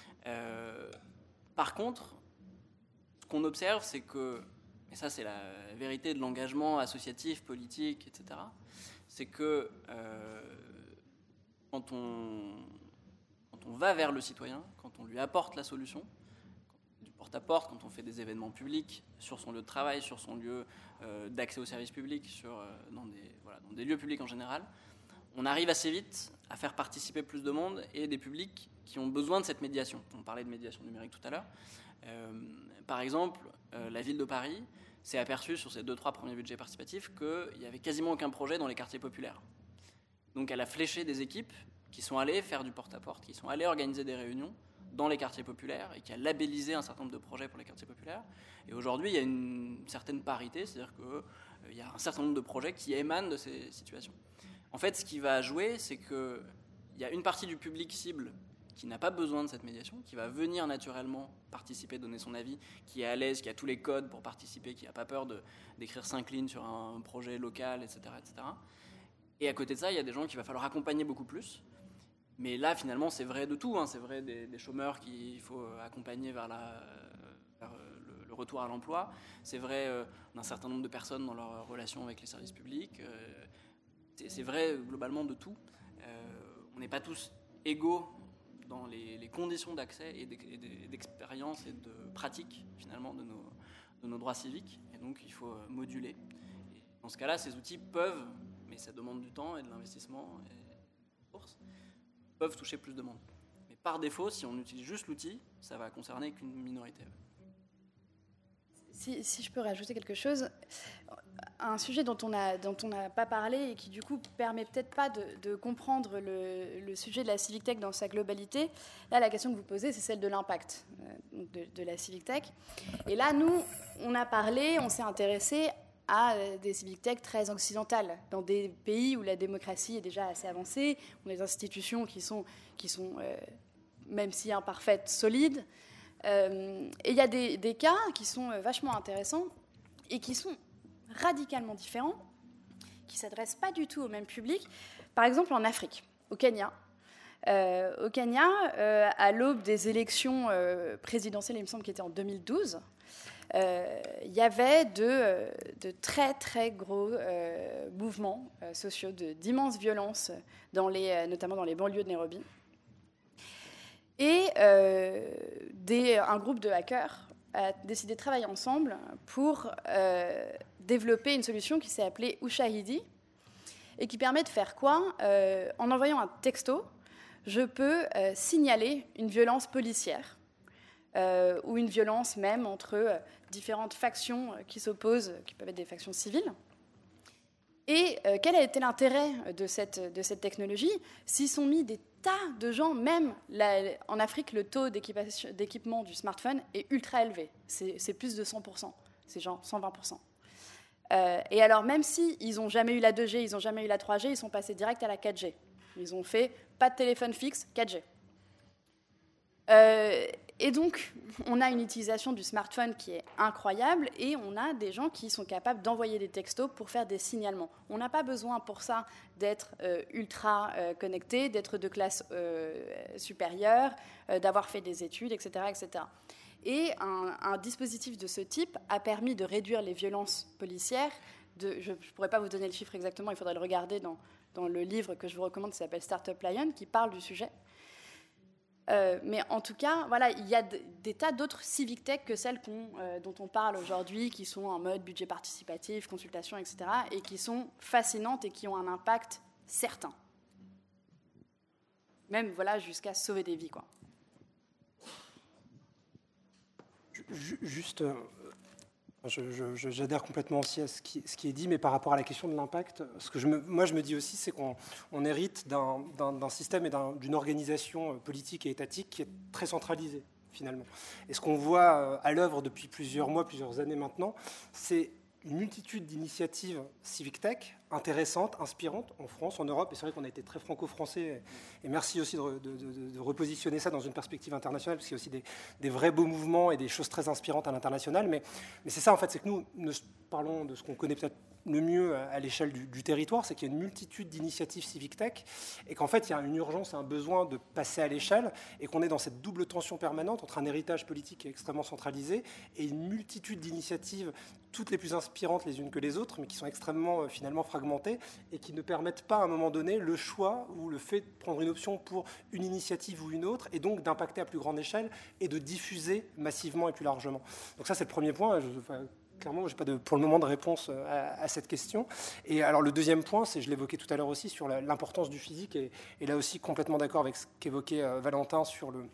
Par contre, ce qu'on observe, c'est que, et ça c'est la vérité de l'engagement associatif, politique, etc., c'est que quand on va vers le citoyen, quand on lui apporte la solution, du porte-à-porte, quand on fait des événements publics sur son lieu de travail, sur son lieu d'accès aux services publics, dans des lieux publics en général, on arrive assez vite à faire participer plus de monde et des publics qui ont besoin de cette médiation. On parlait de médiation numérique tout à l'heure. Par exemple, la ville de Paris s'est aperçue sur ses 2-3 premiers budgets participatifs qu'il n'y avait quasiment aucun projet dans les quartiers populaires. Donc elle a fléché des équipes qui sont allées faire du porte-à-porte, qui sont allées organiser des réunions dans les quartiers populaires et qui a labellisé un certain nombre de projets pour les quartiers populaires. Et aujourd'hui, il y a une certaine parité, c'est-à-dire qu'il y a un certain nombre de projets qui émanent de ces situations. En fait, ce qui va jouer, c'est qu'il y a une partie du public cible qui n'a pas besoin de cette médiation, qui va venir naturellement participer, donner son avis, qui est à l'aise, qui a tous les codes pour participer, qui n'a pas peur d'écrire 5 lignes sur un projet local, etc., etc. Et à côté de ça, il y a des gens qu'il va falloir accompagner beaucoup plus. Mais là, finalement, c'est vrai de tout. C'est vrai des chômeurs qu'il faut accompagner vers le retour à l'emploi. C'est vrai d'un certain nombre de personnes dans leur relation avec les services publics. C'est vrai globalement de tout. On n'est pas tous égaux dans les conditions d'accès et d'expérience et de pratique, finalement, de nos droits civiques. Et donc, il faut moduler. Et dans ce cas-là, ces outils peuvent, mais ça demande du temps et de l'investissement et des ressources, peuvent toucher plus de monde. Mais par défaut, si on utilise juste l'outil, ça va concerner qu'une minorité. Si je peux rajouter quelque chose, un sujet dont on n'a pas parlé et qui du coup permet peut-être pas de comprendre le sujet de la civic tech dans sa globalité. Là, la question que vous posez, c'est celle de l'impact de la civic tech. Et là, nous, on s'est intéressé à des civic tech très occidentales, dans des pays où la démocratie est déjà assez avancée, où les institutions qui sont même si imparfaites, solides. Et il y a des cas qui sont vachement intéressants et qui sont radicalement différents, qui ne s'adressent pas du tout au même public. Par exemple, en Afrique, au Kenya. À l'aube des élections présidentielles, il me semble, qui étaient en 2012, il y avait de très, très gros mouvements sociaux, d'immenses violences, notamment dans les banlieues de Nairobi. Et un groupe de hackers a décidé de travailler ensemble pour développer une solution qui s'est appelée Ushahidi et qui permet de faire quoi ? En envoyant un texto, je peux signaler une violence policière ou une violence même entre différentes factions qui s'opposent, qui peuvent être des factions civiles. Et quel a été l'intérêt de cette technologie ? S'y sont mis des tas de gens, même en Afrique, le taux d'équipement du smartphone est ultra élevé. C'est plus de 100%, c'est genre 120%. Et alors, même s'ils n'ont jamais eu la 2G, ils n'ont jamais eu la 3G, ils sont passés direct à la 4G. Ils ont fait pas de téléphone fixe, 4G. Et donc, on a une utilisation du smartphone qui est incroyable et on a des gens qui sont capables d'envoyer des textos pour faire des signalements. On n'a pas besoin pour ça d'être ultra connecté, d'être de classe supérieure, d'avoir fait des études, etc., etc. Et un dispositif de ce type a permis de réduire les violences policières. Je ne pourrais pas vous donner le chiffre exactement, il faudrait le regarder dans le livre que je vous recommande, qui s'appelle Startup Lion, qui parle du sujet. Mais en tout cas, voilà, il y a des tas d'autres civic tech que celles dont on parle aujourd'hui, qui sont en mode budget participatif, consultation, etc., et qui sont fascinantes et qui ont un impact certain. Même, voilà, jusqu'à sauver des vies, quoi. Juste, j'adhère complètement aussi à ce qui est dit, mais par rapport à la question de l'impact, moi je me dis aussi, c'est qu'on hérite d'un système et d'une organisation politique et étatique qui est très centralisée, finalement. Et ce qu'on voit à l'œuvre depuis plusieurs mois, plusieurs années maintenant, c'est une multitude d'initiatives civic tech intéressantes, inspirantes, en France, en Europe, et c'est vrai qu'on a été très franco-français, et merci aussi de repositionner ça dans une perspective internationale, parce qu'il y a aussi des vrais beaux mouvements et des choses très inspirantes à l'international, mais c'est ça en fait, c'est que nous parlons de ce qu'on connaît peut-être le mieux à l'échelle du territoire, c'est qu'il y a une multitude d'initiatives civic tech, et qu'en fait il y a une urgence et un besoin de passer à l'échelle, et qu'on est dans cette double tension permanente entre un héritage politique qui est extrêmement centralisé, et une multitude d'initiatives, toutes les plus inspirantes les unes que les autres, mais qui sont extrêmement finalement fragmentées, et qui ne permettent pas à un moment donné le choix ou le fait de prendre une option pour une initiative ou une autre, et donc d'impacter à plus grande échelle, et de diffuser massivement et plus largement. Donc ça c'est le premier point. Clairement, je n'ai pas pour le moment de réponse à cette question. Et alors le deuxième point, je l'évoquais tout à l'heure aussi, sur l'importance du physique, et là aussi complètement d'accord avec ce qu'évoquait Valentin sur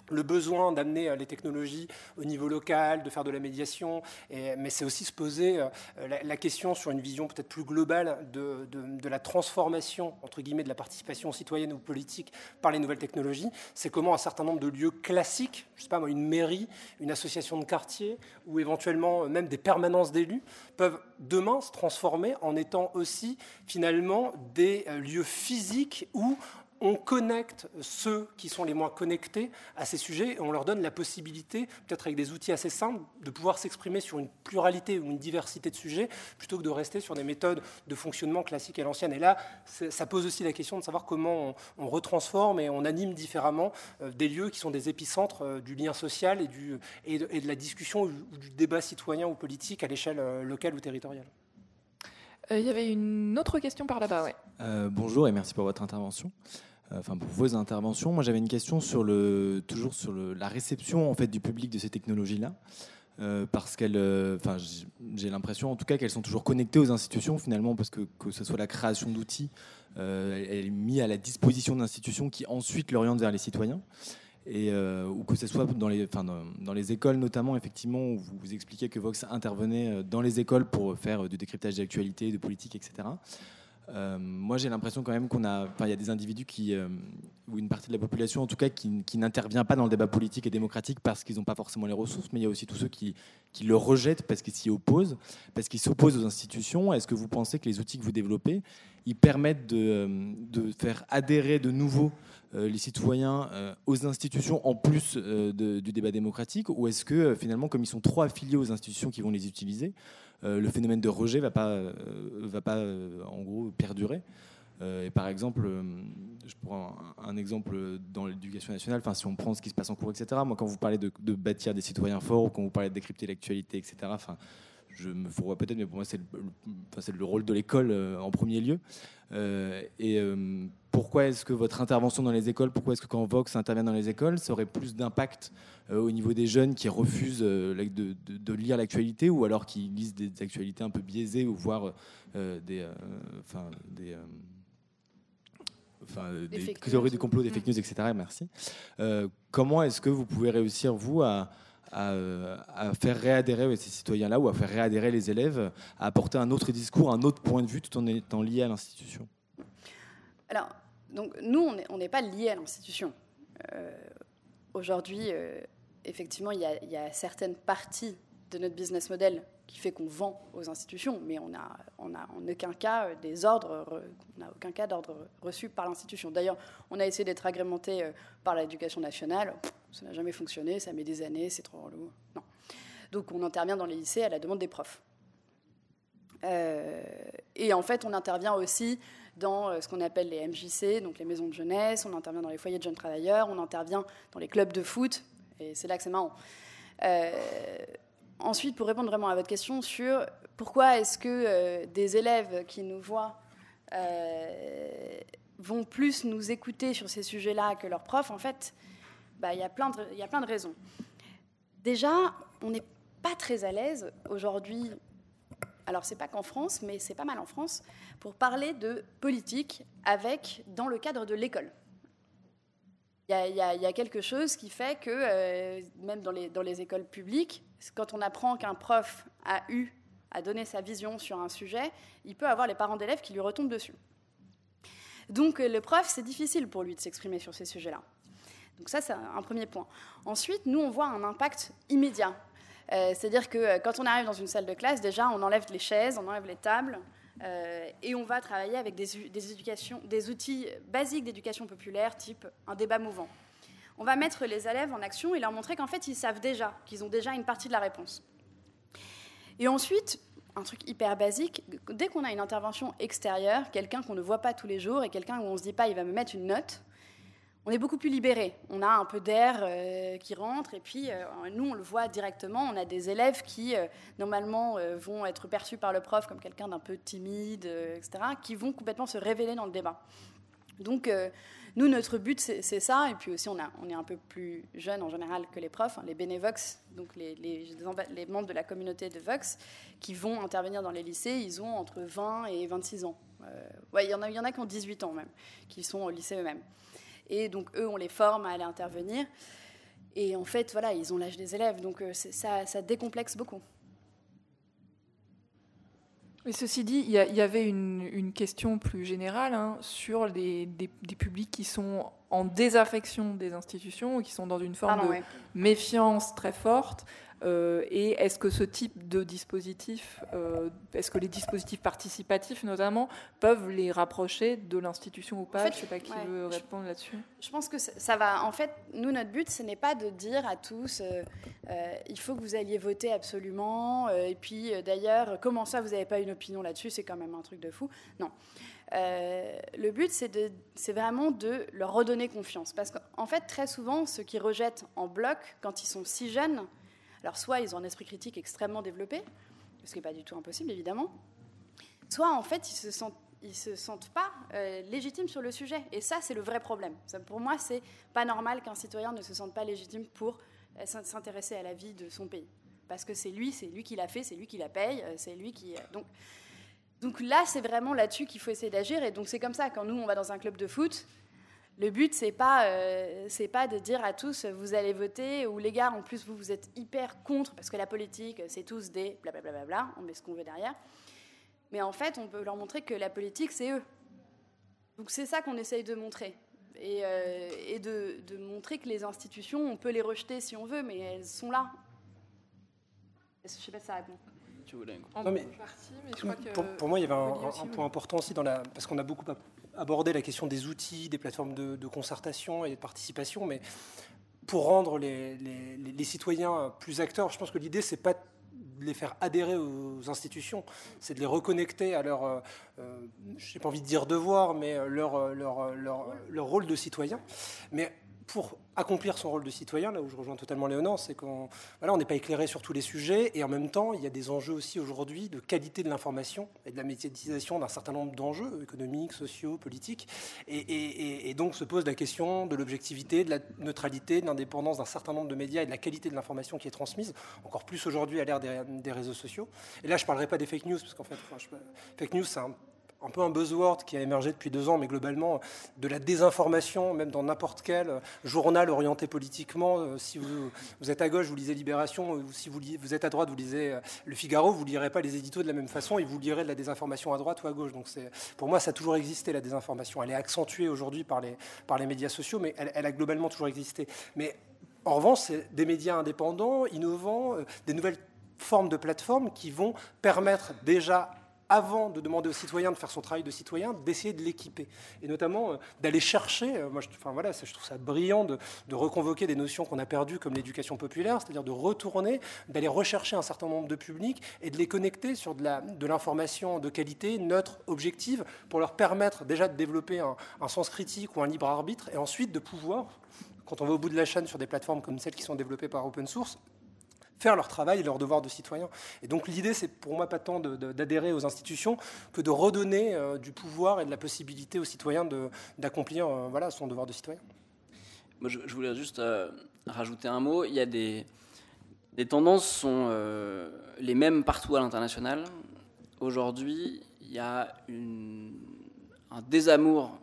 le besoin d'amener les technologies au niveau local, de faire de la médiation, mais c'est aussi se poser la question sur une vision peut-être plus globale de la transformation, entre guillemets, de la participation citoyenne ou politique par les nouvelles technologies. C'est comment un certain nombre de lieux classiques, je ne sais pas moi, une mairie, une association de quartier, ou éventuellement même des permanences d'élus, peuvent demain se transformer en étant aussi finalement des lieux physiques où on connecte ceux qui sont les moins connectés à ces sujets et on leur donne la possibilité, peut-être avec des outils assez simples, de pouvoir s'exprimer sur une pluralité ou une diversité de sujets plutôt que de rester sur des méthodes de fonctionnement classiques à l'ancienne. Et là, ça pose aussi la question de savoir comment on retransforme et on anime différemment des lieux qui sont des épicentres du lien social et de la discussion ou du débat citoyen ou politique à l'échelle locale ou territoriale. Il y avait une autre question par là-bas, ouais. Bonjour et merci pour votre intervention. Pour vos interventions. Moi, j'avais une question sur la réception en fait du public de ces technologies-là, parce qu'elles, j'ai l'impression en tout cas qu'elles sont toujours connectées aux institutions finalement, parce que ce soit la création d'outils, elle est mise à la disposition d'institutions qui ensuite l'orientent vers les citoyens. Ou que ce soit dans les écoles notamment, effectivement, où vous expliquez que Vox intervenait dans les écoles pour faire du décryptage d'actualité, de politique, etc. Moi, j'ai l'impression quand même il y a des individus ou une partie de la population, en tout cas, qui n'intervient pas dans le débat politique et démocratique parce qu'ils n'ont pas forcément les ressources, mais il y a aussi tous ceux qui le rejettent parce qu'ils s'y opposent, parce qu'ils s'opposent aux institutions. Est-ce que vous pensez que les outils que vous développez, ils permettent de faire adhérer de nouveau les citoyens aux institutions en plus du débat démocratique, ou est-ce que finalement, comme ils sont trop affiliés aux institutions qui vont les utiliser, le phénomène de rejet va pas en gros perdurer? Et par exemple, je prends un exemple dans l'éducation nationale, si on prend ce qui se passe en cours, etc. Moi, quand vous parlez de bâtir des citoyens forts, ou quand vous parlez de décrypter l'actualité, etc., je me fourvoie peut-être, mais pour moi, c'est le rôle de l'école en premier lieu. Pourquoi est-ce que votre intervention dans les écoles, pourquoi est-ce que quand Vox intervient dans les écoles, ça aurait plus d'impact au niveau des jeunes qui refusent de lire l'actualité, ou alors qui lisent des actualités un peu biaisées, ou voire des théories du complot, des fake news, etc. Merci. Comment est-ce que vous pouvez réussir, vous, à faire réadhérer ces citoyens-là, ou à faire réadhérer les élèves, à apporter un autre discours, un autre point de vue, tout en étant lié à l'institution? Alors, donc, nous, on n'est pas liés à l'institution. Aujourd'hui, effectivement, il y a certaines parties de notre business model qui fait qu'on vend aux institutions, mais on n'a en aucun cas aucun cas d'ordre reçu par l'institution. D'ailleurs, on a essayé d'être agrémenté par l'éducation nationale. Ça n'a jamais fonctionné, ça met des années, c'est trop relou. Non. Donc on intervient dans les lycées à la demande des profs. Et en fait, on intervient aussi dans ce qu'on appelle les MJC, donc les maisons de jeunesse, on intervient dans les foyers de jeunes travailleurs, on intervient dans les clubs de foot, et c'est là que c'est marrant. Ensuite, pour répondre vraiment à votre question sur pourquoi est-ce que des élèves qui nous voient vont plus nous écouter sur ces sujets-là que leurs profs, en fait, il y a plein de raisons. Déjà, on n'est pas très à l'aise aujourd'hui, alors c'est pas qu'en France, mais c'est pas mal en France, pour parler de politique dans le cadre de l'école. Il y a quelque chose qui fait que, même dans les écoles publiques, quand on apprend qu'un prof a donné sa vision sur un sujet, il peut avoir les parents d'élèves qui lui retombent dessus. Donc le prof, c'est difficile pour lui de s'exprimer sur ces sujets-là. Donc ça, c'est un premier point. Ensuite, nous, on voit un impact immédiat. C'est-à-dire que quand on arrive dans une salle de classe, déjà, on enlève les chaises, on enlève les tables, et on va travailler avec des outils basiques d'éducation populaire, type un débat mouvant. On va mettre les élèves en action et leur montrer qu'en fait, ils savent déjà, qu'ils ont déjà une partie de la réponse. Et ensuite, un truc hyper basique, dès qu'on a une intervention extérieure, quelqu'un qu'on ne voit pas tous les jours et quelqu'un où on ne se dit pas il va me mettre une note, on est beaucoup plus libéré. On a un peu d'air qui rentre et puis nous, on le voit directement. On a des élèves qui, normalement, vont être perçus par le prof comme quelqu'un d'un peu timide, etc., qui vont complètement se révéler dans le débat. Donc, nous, notre but, c'est ça. Et puis aussi, on est un peu plus jeunes en général que les profs, les bénévox, donc les membres de la communauté de Vox, qui vont intervenir dans les lycées. Ils ont entre 20 et 26 ans. Il y en a qui ont 18 ans même, qui sont au lycée eux-mêmes. Et donc, eux, on les forme à aller intervenir. Et en fait, voilà, ils ont l'âge des élèves, donc ça décomplexe beaucoup. Mais ceci dit, il y avait une question plus générale sur des publics qui sont en désaffection des institutions, ou qui sont dans une forme de méfiance très forte. Et est-ce que ce type de dispositif, est-ce que les dispositifs participatifs notamment, peuvent les rapprocher de l'institution ou pas? En fait, je ne sais pas qui veut répondre là-dessus. Je pense que ça va. En fait, nous, notre but, ce n'est pas de dire à tous il faut que vous alliez voter absolument. Et puis, d'ailleurs, comment ça, vous n'avez pas une opinion là-dessus? C'est quand même un truc de fou. Non. Le but, c'est vraiment de leur redonner confiance. Parce qu'en fait, très souvent, ceux qui rejettent en bloc, quand ils sont si jeunes, alors soit ils ont un esprit critique extrêmement développé, ce qui n'est pas du tout impossible, évidemment, soit en fait, ils se sentent pas légitimes sur le sujet. Et ça, c'est le vrai problème. Ça, pour moi, c'est pas normal qu'un citoyen ne se sente pas légitime pour s'intéresser à la vie de son pays. Parce que c'est lui qui l'a fait, c'est lui qui la paye, c'est lui qui... Donc là, c'est vraiment là-dessus qu'il faut essayer d'agir. Et donc c'est comme ça, quand nous, on va dans un club de foot, le but, c'est pas de dire à tous, vous allez voter, ou les gars, en plus, vous êtes hyper contre, parce que la politique, c'est tous des blablabla, on met ce qu'on veut derrière. Mais en fait, on peut leur montrer que la politique, c'est eux. Donc c'est ça qu'on essaye de montrer. Et de montrer que les institutions, on peut les rejeter si on veut, mais elles sont là. Je ne sais pas si ça répond. Pour moi, il y avait un point important aussi, parce qu'on a beaucoup abordé la question des outils, des plateformes de concertation et de participation, mais pour rendre les citoyens plus acteurs, je pense que l'idée, c'est pas de les faire adhérer aux institutions, c'est de les reconnecter à leur, je n'ai pas envie de dire devoir, mais leur rôle de citoyen. Mais pour accomplir son rôle de citoyen, là où je rejoins totalement Léonore, c'est qu'on n'est pas éclairé sur tous les sujets, et en même temps, il y a des enjeux aussi aujourd'hui de qualité de l'information et de la médiatisation d'un certain nombre d'enjeux économiques, sociaux, politiques, et donc se pose la question de l'objectivité, de la neutralité, de l'indépendance d'un certain nombre de médias et de la qualité de l'information qui est transmise, encore plus aujourd'hui à l'ère des réseaux sociaux. Et là, je ne parlerai pas des fake news, parce qu'en fait, fake news, c'est un peu un buzzword qui a émergé depuis 2 ans, mais globalement, de la désinformation, même dans n'importe quel journal orienté politiquement. Si vous êtes à gauche, vous lisez Libération, ou si vous êtes à droite, vous lisez Le Figaro, vous ne lirez pas les éditos de la même façon, et vous lirez de la désinformation à droite ou à gauche. Donc pour moi, ça a toujours existé, la désinformation. Elle est accentuée aujourd'hui par les médias sociaux, mais elle a globalement toujours existé. Mais en revanche, c'est des médias indépendants, innovants, des nouvelles formes de plateformes qui vont permettre déjà, avant de demander aux citoyens de faire son travail de citoyen, d'essayer de l'équiper. Et notamment d'aller chercher, je trouve ça brillant de reconvoquer des notions qu'on a perdues comme l'éducation populaire, c'est-à-dire de retourner, d'aller rechercher un certain nombre de publics et de les connecter sur de l'information de qualité, neutre, objective, pour leur permettre déjà de développer un sens critique ou un libre arbitre, et ensuite de pouvoir, quand on va au bout de la chaîne sur des plateformes comme celles qui sont développées par open source, faire leur travail et leur devoir de citoyen. Et donc l'idée, c'est pour moi pas tant d'adhérer aux institutions que de redonner du pouvoir et de la possibilité aux citoyens d'accomplir son devoir de citoyen. Moi, je voulais juste rajouter un mot. Il y a des tendances sont les mêmes partout à l'international. Aujourd'hui, il y a un désamour,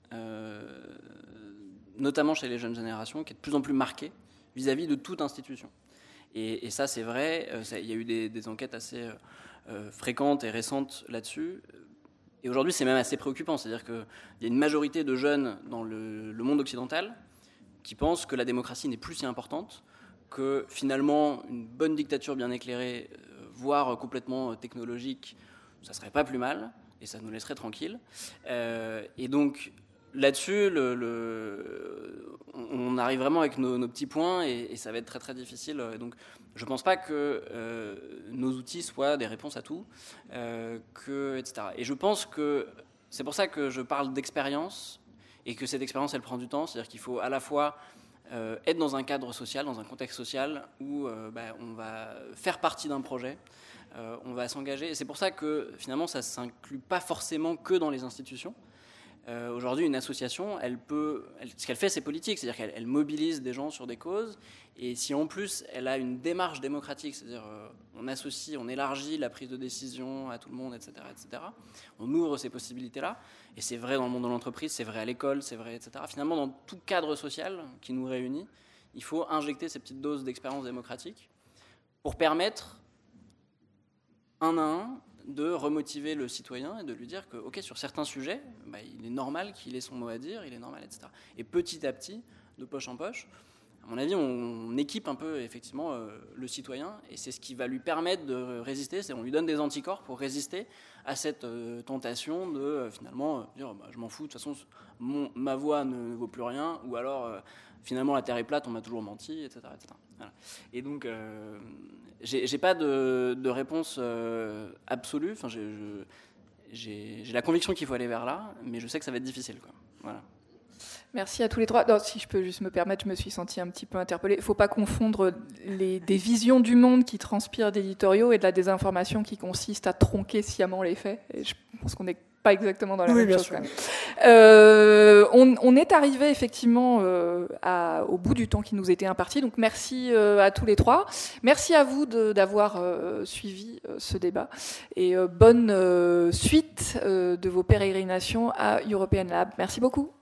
notamment chez les jeunes générations, qui est de plus en plus marqué vis-à-vis de toute institution. Et ça, c'est vrai, il y a eu des enquêtes assez fréquentes et récentes là-dessus. Et aujourd'hui, c'est même assez préoccupant. C'est-à-dire qu'il y a une majorité de jeunes dans le monde occidental qui pensent que la démocratie n'est plus si importante, que finalement, une bonne dictature bien éclairée, voire complètement technologique, ça serait pas plus mal, et ça nous laisserait tranquilles. Et donc, là-dessus, on arrive vraiment avec nos petits points et ça va être très très difficile. Donc, je ne pense pas que nos outils soient des réponses à tout, etc. Et je pense que c'est pour ça que je parle d'expérience et que cette expérience, elle prend du temps. C'est-à-dire qu'il faut à la fois être dans un cadre social, dans un contexte social où on va faire partie d'un projet, on va s'engager. Et c'est pour ça que finalement, ça ne s'inclut pas forcément que dans les institutions. Aujourd'hui, une association, ce qu'elle fait, c'est politique, c'est-à-dire qu'elle mobilise des gens sur des causes, et si en plus elle a une démarche démocratique, c'est-à-dire on associe, on élargit la prise de décision à tout le monde, etc., on ouvre ces possibilités-là, et c'est vrai dans le monde de l'entreprise, c'est vrai à l'école, c'est vrai, etc. Finalement, dans tout cadre social qui nous réunit, il faut injecter ces petites doses d'expérience démocratique pour permettre un à un de remotiver le citoyen et de lui dire que, ok, sur certains sujets, il est normal qu'il ait son mot à dire, il est normal, etc. Et petit à petit, de poche en poche, à mon avis, on équipe un peu effectivement le citoyen, et c'est ce qui va lui permettre de résister. On lui donne des anticorps pour résister à cette tentation de finalement dire je m'en fous, de toute façon ma voix ne vaut plus rien, ou alors finalement la terre est plate, on m'a toujours menti, etc. etc. Voilà. Et donc j'ai pas de réponse absolue. Enfin, j'ai la conviction qu'il faut aller vers là, mais je sais que ça va être difficile, quoi. Voilà. Merci à tous les trois. Non, si je peux juste me permettre, je me suis sentie un petit peu interpellée. Il ne faut pas confondre des visions du monde qui transpirent d'éditoriaux et de la désinformation qui consiste à tronquer sciemment les faits. Et je pense qu'on n'est pas exactement dans la même chose. Quand même. On est arrivé effectivement au bout du temps qui nous était imparti. Donc merci à tous les trois. Merci à vous d'avoir suivi ce débat. Et bonne suite de vos pérégrinations à European Lab. Merci beaucoup.